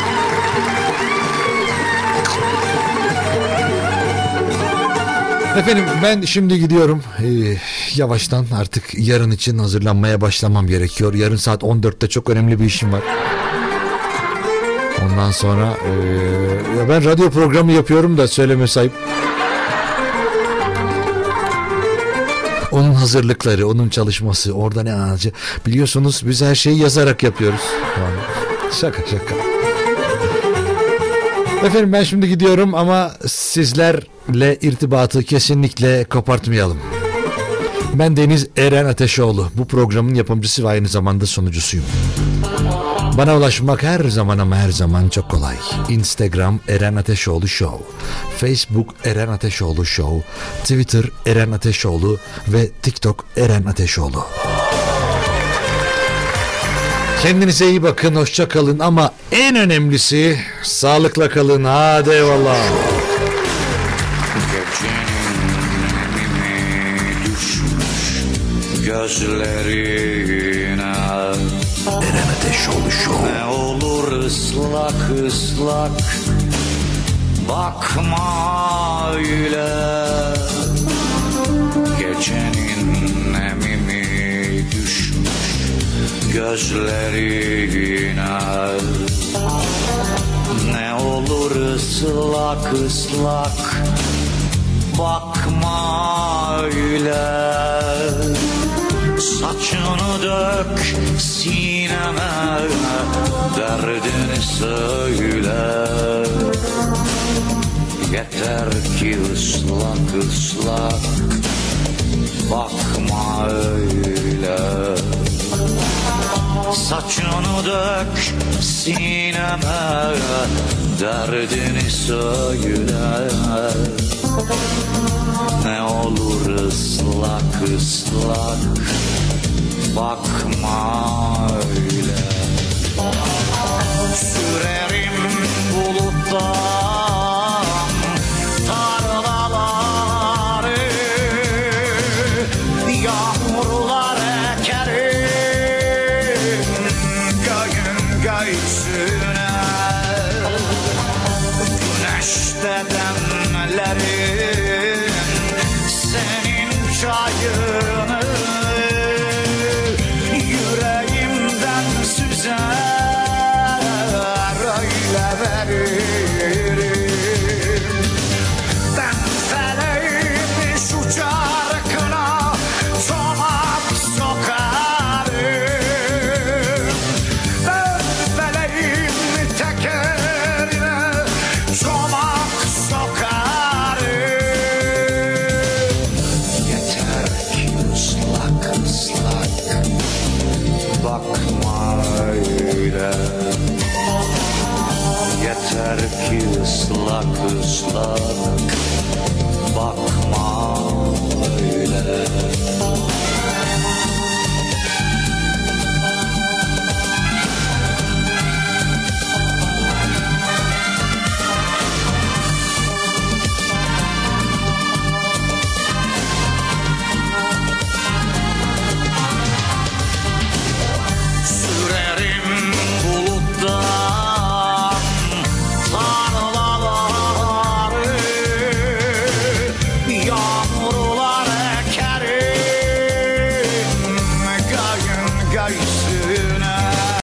Efendim ben şimdi gidiyorum. Yavaştan artık yarın için hazırlanmaya başlamam gerekiyor. Yarın saat 14'te çok önemli bir işim var. Ondan sonra ya ben radyo programı yapıyorum da, söyleme sahip. Onun hazırlıkları, onun çalışması, orada ne anlatacak. Biliyorsunuz biz her şeyi yazarak yapıyoruz. Şaka. Efendim ben şimdi gidiyorum ama sizlerle irtibatı kesinlikle kopartmayalım. Ben Deniz Eren Ateşoğlu. Bu programın yapımcısı ve aynı zamanda sunucusuyum. Bana ulaşmak her zaman ama her zaman çok kolay. Instagram Eren Ateşoğlu Show, Facebook Eren Ateşoğlu Show, Twitter Eren Ateşoğlu ve TikTok Eren Ateşoğlu. Kendinize iyi bakın, hoşça kalın ama en önemlisi sağlıkla kalın. Hadi eyvallah. Gözlerine Eren Ateşoğlu Show. Ne olur ıslak ıslak bakma öyle, gecenin nemimi düşmüş gözlerine. Ne olur ıslak ıslak bakma öyle, saçını dök sineme, derdini söyle. Yeter ki ıslak ıslak bakma öyle, saçını dök sineme, derdini söyle. Ne olur ıslak ıslak bakma öyle. Sürerim buluttan tarlaları, yağmurlar ekerim göğün göğsüne. Güneşte demlerim senin çayını, yüreğimden süzer öyle verir. ıslak ıslak